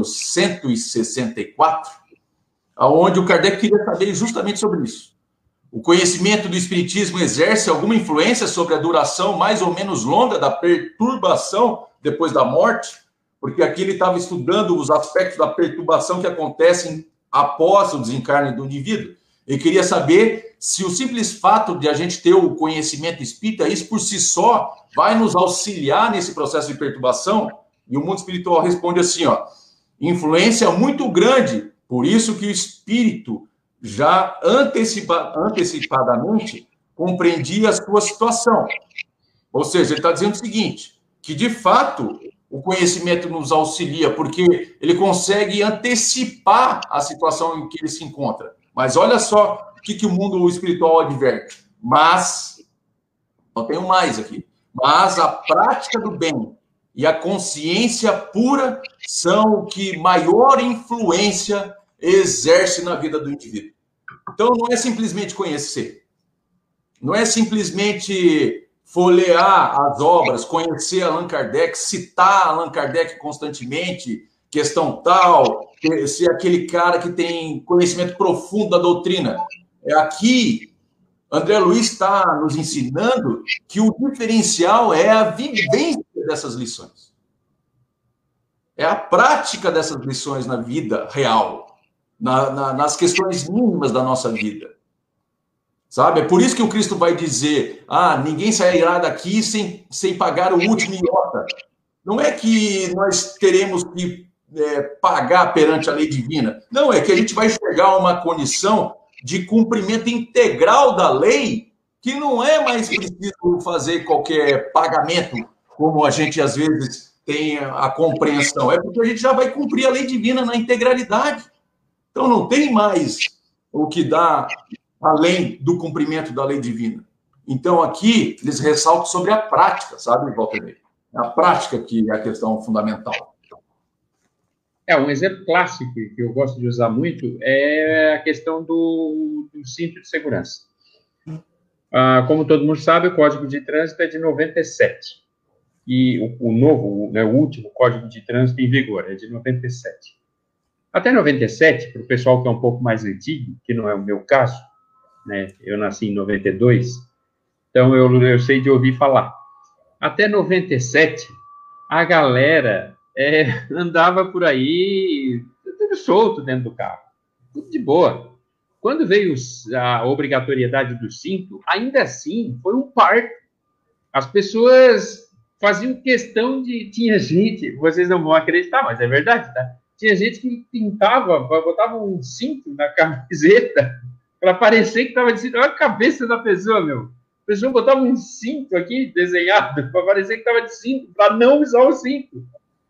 164, onde o Kardec queria saber justamente sobre isso. O conhecimento do Espiritismo exerce alguma influência sobre a duração mais ou menos longa da perturbação depois da morte? Porque aqui ele estava estudando os aspectos da perturbação que acontecem após o desencarne do indivíduo. Ele queria saber se o simples fato de a gente ter o conhecimento espírita, isso por si só vai nos auxiliar nesse processo de perturbação. E o mundo espiritual responde assim, ó, influência muito grande, por isso que o espírito já antecipadamente compreendia a sua situação. Ou seja, ele está dizendo o seguinte, que de fato o conhecimento nos auxilia, porque ele consegue antecipar a situação em que ele se encontra. Mas olha só o que o mundo espiritual adverte. Mas, não tenho mais aqui, mas a prática do bem e a consciência pura são o que maior influência exerce na vida do indivíduo. Então, não é simplesmente conhecer. Não é simplesmente folhear as obras, conhecer Allan Kardec, citar Allan Kardec constantemente, questão tal, ser aquele cara que tem conhecimento profundo da doutrina. Aqui, André Luiz está nos ensinando que o diferencial é a vivência dessas lições. É a prática dessas lições na vida real, nas questões mínimas da nossa vida. Sabe? É por isso que o Cristo vai dizer, ninguém sairá daqui sem pagar o último iota. Não é que nós teremos que pagar perante a lei divina. Não, é que a gente vai chegar a uma condição de cumprimento integral da lei, que não é mais preciso fazer qualquer pagamento, como a gente às vezes tem a compreensão. É porque a gente já vai cumprir a lei divina na integralidade. Então não tem mais o que dá além do cumprimento da lei divina. Então aqui eles ressaltam sobre a prática, sabe, Walter Ney? A prática que é a questão fundamental. Um exemplo clássico que eu gosto de usar muito é a questão do cinto de segurança. Como todo mundo sabe, o Código de Trânsito é de 97. E o novo, né, o último Código de Trânsito em vigor é de 97. Até 97, para o pessoal que é um pouco mais antigo, que não é o meu caso, né, eu nasci em 92, então eu sei de ouvir falar. Até 97, a galera andava por aí, tudo solto dentro do carro, tudo de boa. Quando veio a obrigatoriedade do cinto, ainda assim, foi um parto. As pessoas faziam questão de... Tinha gente, vocês não vão acreditar, mas é verdade, tá? Tinha gente que botava um cinto na camiseta para parecer que estava de cinto. Olha a cabeça da pessoa, meu. A pessoa botava um cinto aqui desenhado para parecer que estava de cinto, para não usar o cinto.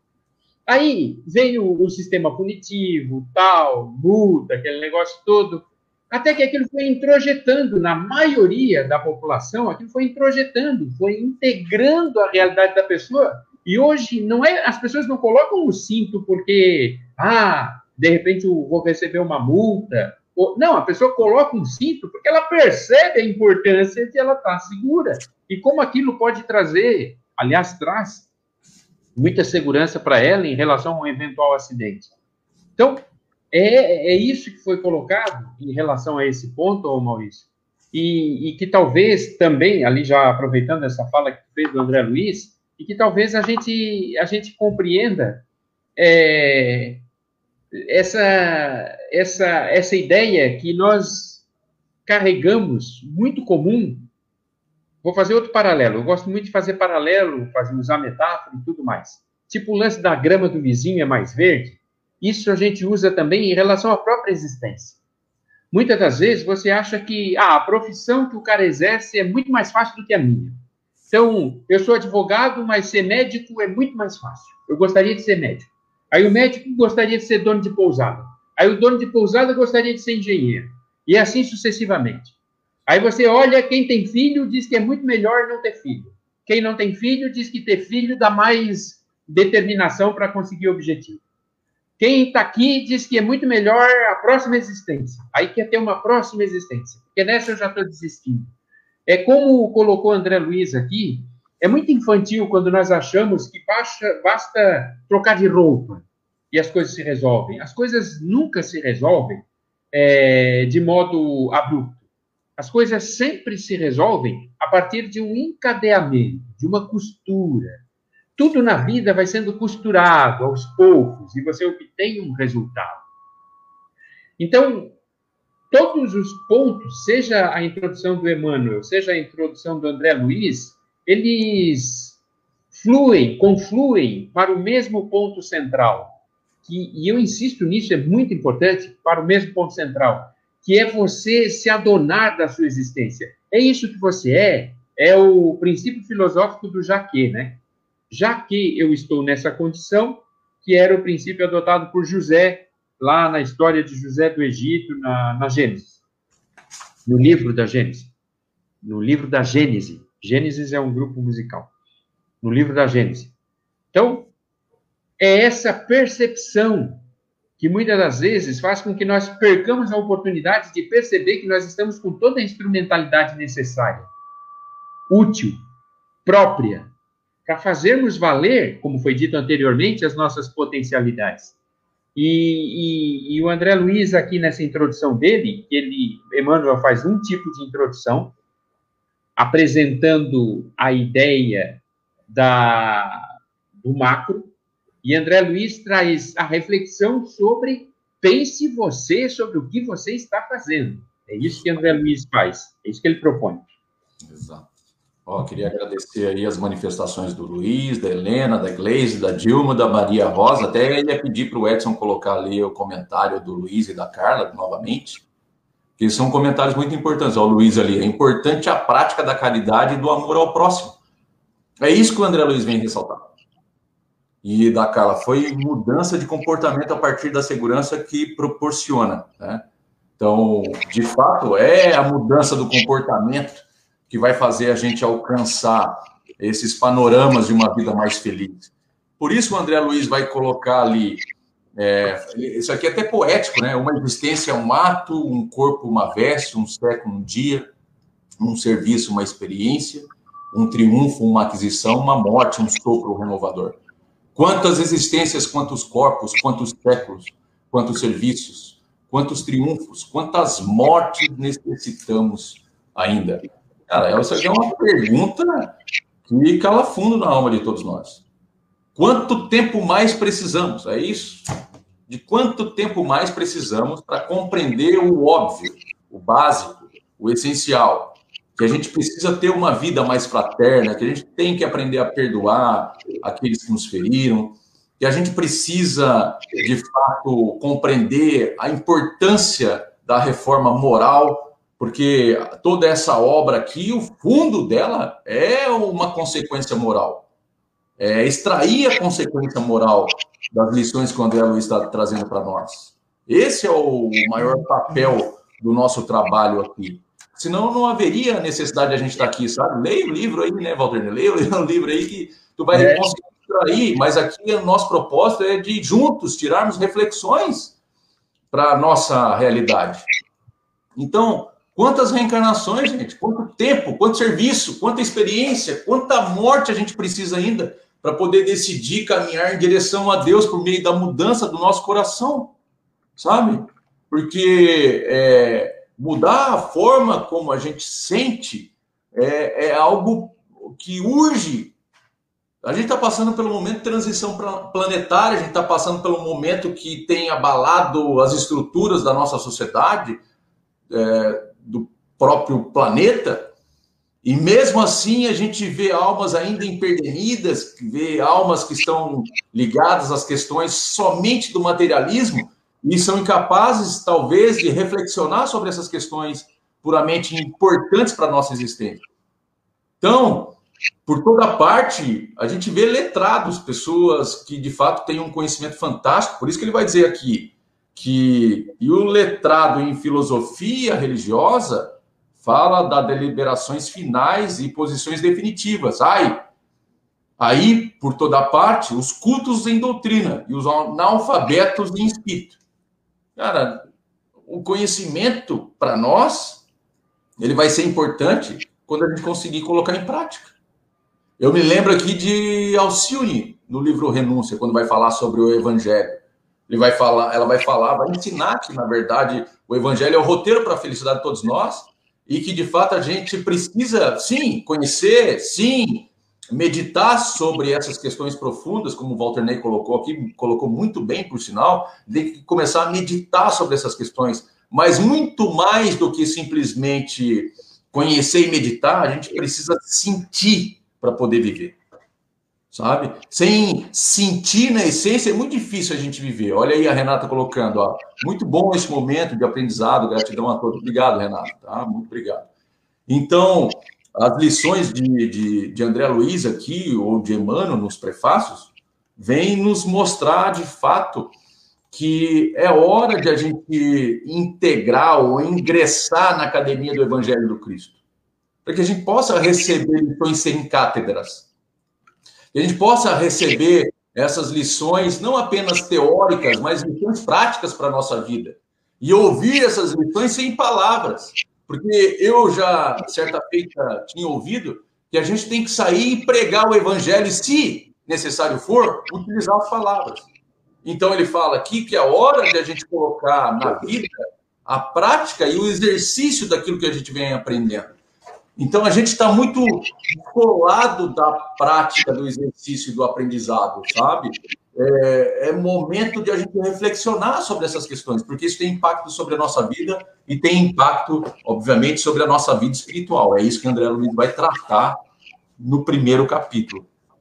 Aí veio o sistema punitivo, tal, multa, aquele negócio todo, até que aquilo foi introjetando na maioria da população, aquilo foi introjetando, foi integrando a realidade da pessoa. E hoje as pessoas não colocam o cinto porque, de repente eu vou receber uma multa. Não, a pessoa coloca um cinto porque ela percebe a importância de ela estar segura. E como aquilo pode trazer, aliás, traz muita segurança para ela em relação a um eventual acidente. Então, é isso que foi colocado em relação a esse ponto, Maurício, e que talvez também, ali já aproveitando essa fala que fez do André Luiz, e que talvez a gente compreenda essa ideia que nós carregamos, muito comum. Vou fazer outro paralelo. Eu gosto muito de fazer paralelo, usar metáfora e tudo mais. Tipo o lance da grama do vizinho é mais verde. Isso a gente usa também em relação à própria existência. Muitas das vezes você acha que a profissão que o cara exerce é muito mais fácil do que a minha. Então, eu sou advogado, mas ser médico é muito mais fácil. Eu gostaria de ser médico. Aí o médico gostaria de ser dono de pousada. Aí o dono de pousada gostaria de ser engenheiro. E assim sucessivamente. Aí você olha, quem tem filho diz que é muito melhor não ter filho. Quem não tem filho diz que ter filho dá mais determinação para conseguir o objetivo. Quem está aqui diz que é muito melhor a próxima existência. Aí quer ter uma próxima existência. Porque nessa eu já estou desistindo. É como colocou André Luiz aqui, é muito infantil quando nós achamos que basta trocar de roupa e as coisas se resolvem. As coisas nunca se resolvem de modo abrupto. As coisas sempre se resolvem a partir de um encadeamento, de uma costura. Tudo na vida vai sendo costurado aos poucos e você obtém um resultado. Então, todos os pontos, seja a introdução do Emmanuel, seja a introdução do André Luiz, eles confluem para o mesmo ponto central. E eu insisto nisso, é muito importante, para o mesmo ponto central, que é você se adonar da sua existência. É isso que você é o princípio filosófico do já que, né? Já que eu estou nessa condição, que era o princípio adotado por José, lá na história de José do Egito, na Gênesis, no livro da Gênesis. No livro da Gênese. Gênesis é um grupo musical. No livro da Gênesis. Então, é essa percepção que muitas das vezes faz com que nós percamos a oportunidade de perceber que nós estamos com toda a instrumentalidade necessária, útil, própria, para fazermos valer, como foi dito anteriormente, as nossas potencialidades. E o André Luiz, aqui nessa introdução dele, Emmanuel faz um tipo de introdução, apresentando a ideia do macro, e André Luiz traz a reflexão sobre, pense você sobre o que você está fazendo. É isso que André Luiz faz, é isso que ele propõe. Exato. Queria agradecer aí as manifestações do Luiz, da Helena, da Gleise, da Dilma, da Maria Rosa. Até ia pedir para o Edson colocar ali o comentário do Luiz e da Carla, novamente, que são comentários muito importantes. O Luiz ali, é importante a prática da caridade e do amor ao próximo. É isso que o André Luiz vem ressaltar. E da Carla, foi mudança de comportamento a partir da segurança que proporciona, né? Então, de fato, é a mudança do comportamento que vai fazer a gente alcançar esses panoramas de uma vida mais feliz. Por isso o André Luiz vai colocar ali, isso aqui é até poético, né? Uma existência é um ato, um corpo uma veste, um século um dia, um serviço uma experiência, um triunfo uma aquisição, uma morte um sopro renovador. Quantas existências, quantos corpos, quantos séculos, quantos serviços, quantos triunfos, quantas mortes necessitamos ainda? Cara, essa aqui é uma pergunta que cala fundo na alma de todos nós. Quanto tempo mais precisamos? É isso? De quanto tempo mais precisamos para compreender o óbvio, o básico, o essencial? Que a gente precisa ter uma vida mais fraterna, que a gente tem que aprender a perdoar aqueles que nos feriram, que a gente precisa, de fato, compreender a importância da reforma moral, porque toda essa obra aqui, o fundo dela é uma consequência moral. É extrair a consequência moral das lições que o André Luiz está trazendo para nós. Esse é o maior papel do nosso trabalho aqui. Senão não haveria necessidade de a gente estar aqui, sabe? Leia o livro aí, né, Walter? Leia o livro aí que tu vai conseguir extrair, mas aqui o nosso propósito é de juntos tirarmos reflexões para a nossa realidade. Então, quantas reencarnações, gente? Quanto tempo, quanto serviço, quanta experiência, quanta morte a gente precisa ainda para poder decidir caminhar em direção a Deus por meio da mudança do nosso coração, sabe? Porque mudar a forma como a gente sente é algo que urge. A gente está passando pelo momento de transição planetária, a gente está passando pelo momento que tem abalado as estruturas da nossa sociedade, do próprio planeta, e mesmo assim a gente vê almas ainda empedernidas, vê almas que estão ligadas às questões somente do materialismo, e são incapazes, talvez, de reflexionar sobre essas questões puramente importantes para a nossa existência. Então, por toda parte, a gente vê letrados, pessoas que, de fato, têm um conhecimento fantástico. Por isso que ele vai dizer aqui e o letrado em filosofia religiosa fala das deliberações finais e posições definitivas. Aí, por toda parte, os cultos em doutrina e os analfabetos em espírito. Cara, o conhecimento, para nós, ele vai ser importante quando a gente conseguir colocar em prática. Eu me lembro aqui de Alcione, no livro Renúncia, quando vai falar sobre o Evangelho. Ela vai ensinar que, na verdade, o Evangelho é o roteiro para a felicidade de todos nós e que, de fato, a gente precisa, sim, conhecer, sim, meditar sobre essas questões profundas, como o Walter Ney colocou aqui, colocou muito bem, por sinal, de começar a meditar sobre essas questões, mas muito mais do que simplesmente conhecer e meditar, a gente precisa sentir para poder viver, sabe? Sem sentir na essência é muito difícil a gente viver. Olha aí a Renata colocando, ó, muito bom esse momento de aprendizado, gratidão a todos. Obrigado, Renata, tá? Muito obrigado. Então, as lições de André Luiz aqui, ou de Emmanuel nos prefácios, vêm nos mostrar, de fato, que é hora de a gente integrar ou ingressar na academia do Evangelho do Cristo, para que a gente possa receber lições sem cátedras, que a gente possa receber essas lições, não apenas teóricas, mas lições práticas para a nossa vida. E ouvir essas lições sem palavras. Porque eu já, certa feita, tinha ouvido que a gente tem que sair e pregar o evangelho, e, se necessário for, utilizar as palavras. Então, ele fala aqui que é a hora de a gente colocar na vida a prática e o exercício daquilo que a gente vem aprendendo. Então, a gente está muito colado da prática, do exercício e do aprendizado, sabe? É momento de a gente reflexionar sobre essas questões, porque isso tem impacto sobre a nossa vida e tem impacto, obviamente, sobre a nossa vida espiritual. É isso que André Luiz vai tratar no primeiro capítulo.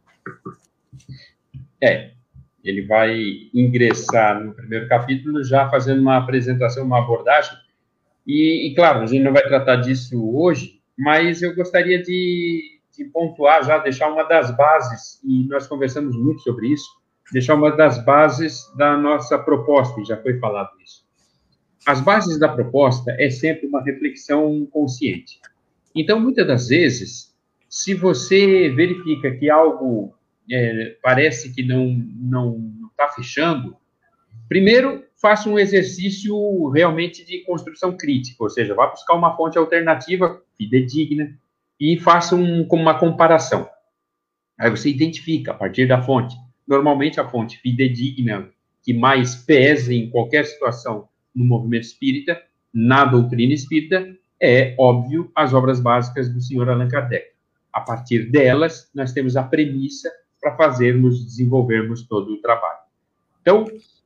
Ele vai ingressar no primeiro capítulo já fazendo uma apresentação, uma abordagem, e claro, a gente não vai tratar disso hoje, mas eu gostaria de pontuar já, deixar uma das bases, e nós conversamos muito sobre isso, deixar uma das bases da nossa proposta, e já foi falado isso. As bases da proposta é sempre uma reflexão consciente. Então, muitas das vezes, se você verifica que algo parece que não está fechando, primeiro, faça um exercício realmente de construção crítica, ou seja, vá buscar uma fonte alternativa, fidedigna, e faça uma comparação. Aí você identifica, a partir da fonte, normalmente a fonte fidedigna, que mais pesa em qualquer situação no movimento espírita, na doutrina espírita, é, óbvio, as obras básicas do senhor Allan Kardec. A partir delas, nós temos a premissa para desenvolvermos todo o trabalho. Então,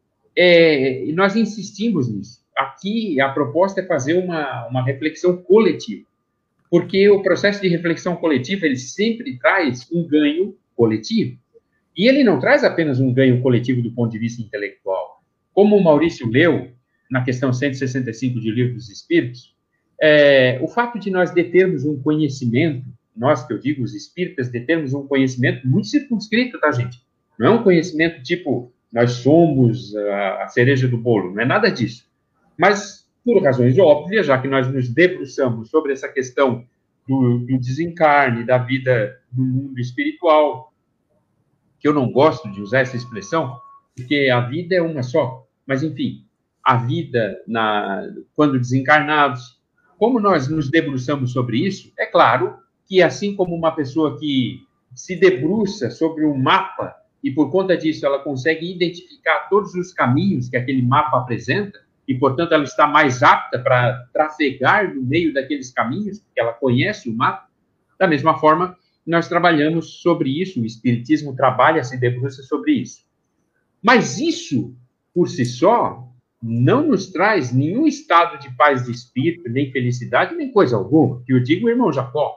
nós insistimos nisso. Aqui, a proposta é fazer uma reflexão coletiva, porque o processo de reflexão coletiva, ele sempre traz um ganho coletivo. E ele não traz apenas um ganho coletivo do ponto de vista intelectual. Como o Maurício leu, na questão 165 de Livro dos Espíritos, o fato de nós determos um conhecimento, nós, que eu digo, os espíritas, determos um conhecimento muito circunscrito, tá, gente? Não é um conhecimento tipo, nós somos a cereja do bolo, não é nada disso. Mas, por razões óbvias, já que nós nos debruçamos sobre essa questão do desencarne, da vida no mundo espiritual, que eu não gosto de usar essa expressão, porque a vida é uma só, mas, enfim, a vida quando desencarnados, como nós nos debruçamos sobre isso, é claro que, assim como uma pessoa que se debruça sobre um mapa e, por conta disso, ela consegue identificar todos os caminhos que aquele mapa apresenta e, portanto, ela está mais apta para trafegar no meio daqueles caminhos, porque ela conhece o mapa, da mesma forma, nós trabalhamos sobre isso, o Espiritismo trabalha, se debruça sobre isso. Mas isso, por si só, não nos traz nenhum estado de paz de espírito, nem felicidade, nem coisa alguma. Que o diga o irmão Jacó,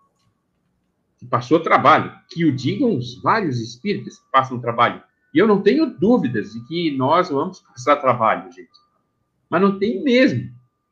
que passou trabalho. Que o digam os vários espíritas que passam trabalho. E eu não tenho dúvidas de que nós vamos passar trabalho, gente. Mas não tem mesmo.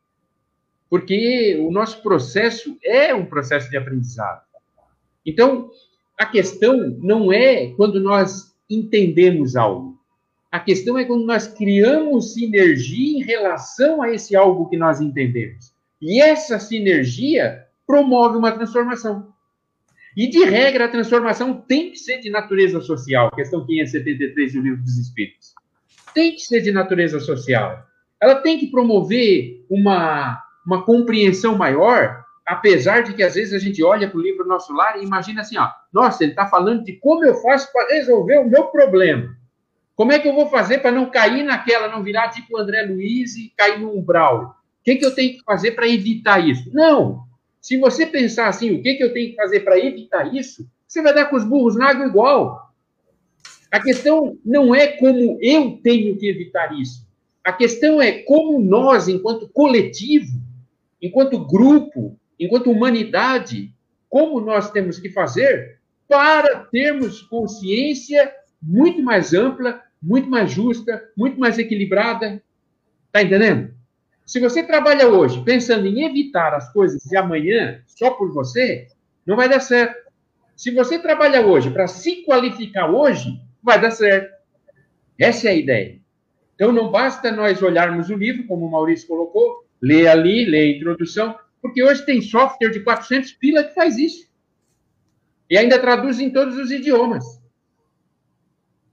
Porque o nosso processo é um processo de aprendizado. Então, a questão não é quando nós entendemos algo. A questão é quando nós criamos sinergia em relação a esse algo que nós entendemos. E essa sinergia promove uma transformação. E, de regra, a transformação tem que ser de natureza social. Questão 573 do Livro dos Espíritos. Tem que ser de natureza social. Ela tem que promover uma compreensão maior, apesar de que, às vezes, a gente olha para o livro Nosso Lar e imagina assim, nossa, ele está falando de como eu faço para resolver o meu problema. Como é que eu vou fazer para não cair naquela, não virar tipo o André Luiz e cair no umbral? O que eu tenho que fazer para evitar isso? Não! Se você pensar assim, o que eu tenho que fazer para evitar isso, você vai dar com os burros na água igual. A questão não é como eu tenho que evitar isso. A questão é como nós, enquanto coletivo, enquanto grupo, enquanto humanidade, como nós temos que fazer para termos consciência muito mais ampla, muito mais justa, muito mais equilibrada. Está entendendo? Se você trabalha hoje pensando em evitar as coisas de amanhã só por você, não vai dar certo. Se você trabalha hoje para se qualificar hoje, vai dar certo. Essa é a ideia. Então, não basta nós olharmos o livro, como o Maurício colocou, ler ali, ler a introdução, porque hoje tem software de 400 pila que faz isso. E ainda traduz em todos os idiomas.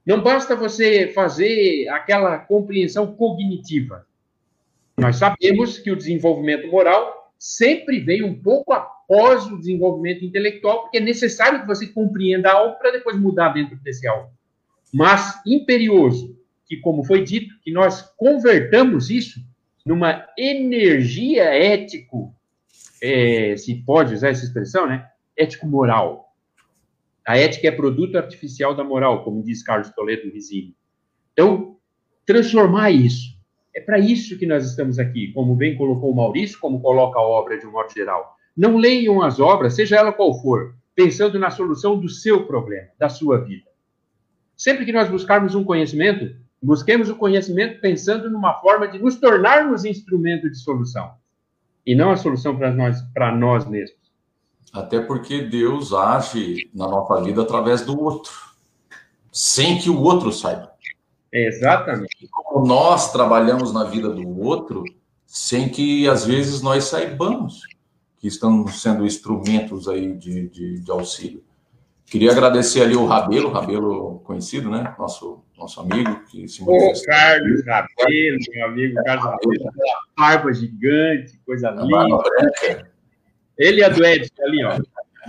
Não basta você fazer aquela compreensão cognitiva. Nós sabemos que o desenvolvimento moral sempre vem um pouco após o desenvolvimento intelectual, porque é necessário que você compreenda algo para depois mudar dentro desse algo. Mas imperioso que, como foi dito, que nós convertamos isso numa energia ético, se pode usar essa expressão, né? Ético-moral. A ética é produto artificial da moral, como diz Carlos Toledo Rizzini. Então, transformar isso. É para isso que nós estamos aqui, como bem colocou o Maurício, como coloca a obra de um modo geral. Não leiam as obras, seja ela qual for, pensando na solução do seu problema, da sua vida. Sempre que nós buscarmos um conhecimento, busquemos o conhecimento pensando numa forma de nos tornarmos instrumento de solução, e não a solução para nós mesmos. Até porque Deus age na nossa vida através do outro, sem que o outro saiba. Exatamente. E como nós trabalhamos na vida do outro, sem que, às vezes, nós saibamos que estamos sendo instrumentos aí de auxílio. Queria agradecer ali o Rabelo conhecido, né? Nosso amigo que se manifestou. Carlos Rabelo, meu amigo Carlos Rabelo, aquela barba gigante, coisa linda. Ele é do Edson ali, ó.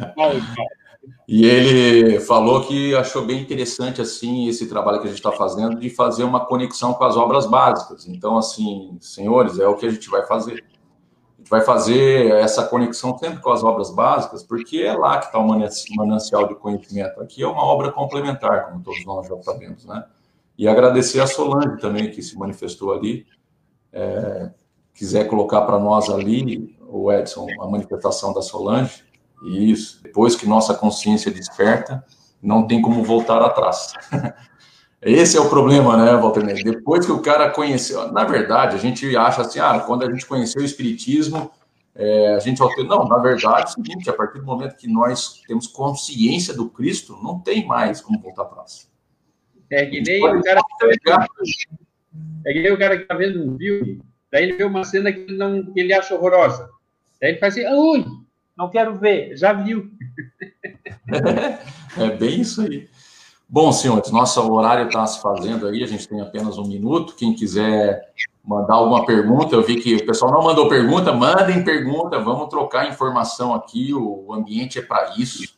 E ele falou que achou bem interessante, assim, esse trabalho que a gente está fazendo de fazer uma conexão com as obras básicas. Então, assim, senhores, é o que a gente vai fazer. A gente vai fazer essa conexão sempre com as obras básicas, porque é lá que está o manancial de conhecimento. Aqui é uma obra complementar, como todos nós já sabemos, né? E agradecer a Solange também, que se manifestou ali. Quiser colocar para nós ali, o Edson, a manifestação da Solange. Isso. Depois que nossa consciência desperta, não tem como voltar atrás. Esse é o problema, né, Walter Ney? Depois que o cara conheceu... Na verdade, a gente acha assim, quando a gente conheceu o Espiritismo, a gente alterou... Não, na verdade, é o seguinte, a partir do momento que nós temos consciência do Cristo, não tem mais como voltar atrás. É que nem o cara que está vendo um filme, daí ele vê uma cena que ele acha horrorosa. Daí ele faz assim, ui, não quero ver, já viu. É bem isso aí. Bom, senhores, nosso horário está se fazendo aí, a gente tem apenas 1 minuto. Quem quiser mandar alguma pergunta, eu vi que o pessoal não mandou pergunta, mandem pergunta, vamos trocar informação aqui, o ambiente é para isso.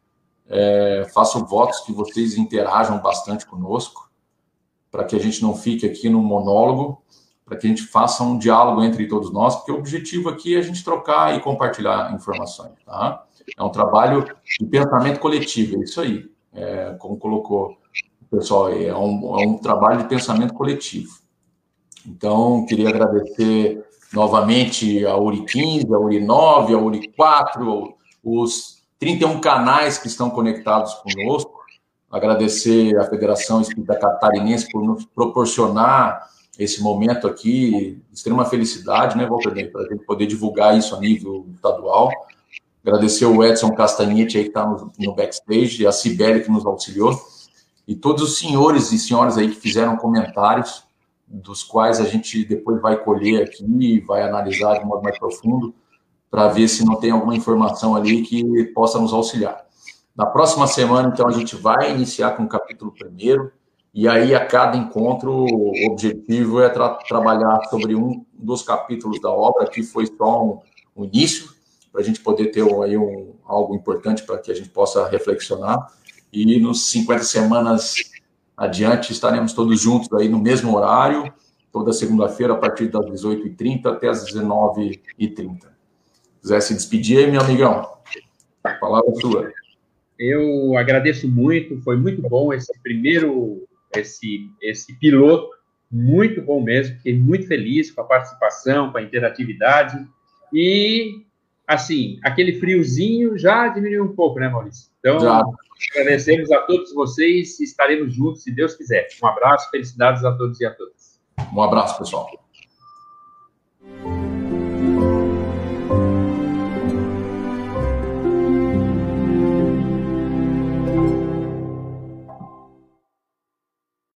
Faço votos que vocês interajam bastante conosco, para que a gente não fique aqui no monólogo, para que a gente faça um diálogo entre todos nós, porque o objetivo aqui é a gente trocar e compartilhar informações, tá? É um trabalho de pensamento coletivo, é isso aí. Como colocou o pessoal aí, é um trabalho de pensamento coletivo. Então, queria agradecer novamente a URI 15, a URI 9, a URI 4, os 31 canais que estão conectados conosco. Agradecer à Federação Espírita Catarinense por nos proporcionar esse momento aqui, extrema felicidade, né, Walter Ney, para a gente poder divulgar isso a nível estadual. Agradecer o Edson Castanhete aí que está no backstage, a Cibele que nos auxiliou, e todos os senhores e senhoras aí que fizeram comentários, dos quais a gente depois vai colher aqui e vai analisar de modo mais profundo, para ver se não tem alguma informação ali que possa nos auxiliar. Na próxima semana, então, a gente vai iniciar com o capítulo 1º, e aí a cada encontro o objetivo é trabalhar sobre um dos capítulos da obra, que foi só um início, para a gente poder ter aí algo importante para que a gente possa reflexionar. E nos 50 semanas adiante estaremos todos juntos aí no mesmo horário, toda segunda-feira, a partir das 18h30 até as 19h30. Quiser se despedir aí, meu amigão, a palavra é sua. Eu agradeço muito, foi muito bom esse primeiro, esse piloto, muito bom mesmo, fiquei muito feliz com a participação, com a interatividade, e, assim, aquele friozinho já diminuiu um pouco, né, Maurício? Então, agradecemos a todos vocês, estaremos juntos, se Deus quiser. Um abraço, felicidades a todos e a todas. Um abraço, pessoal.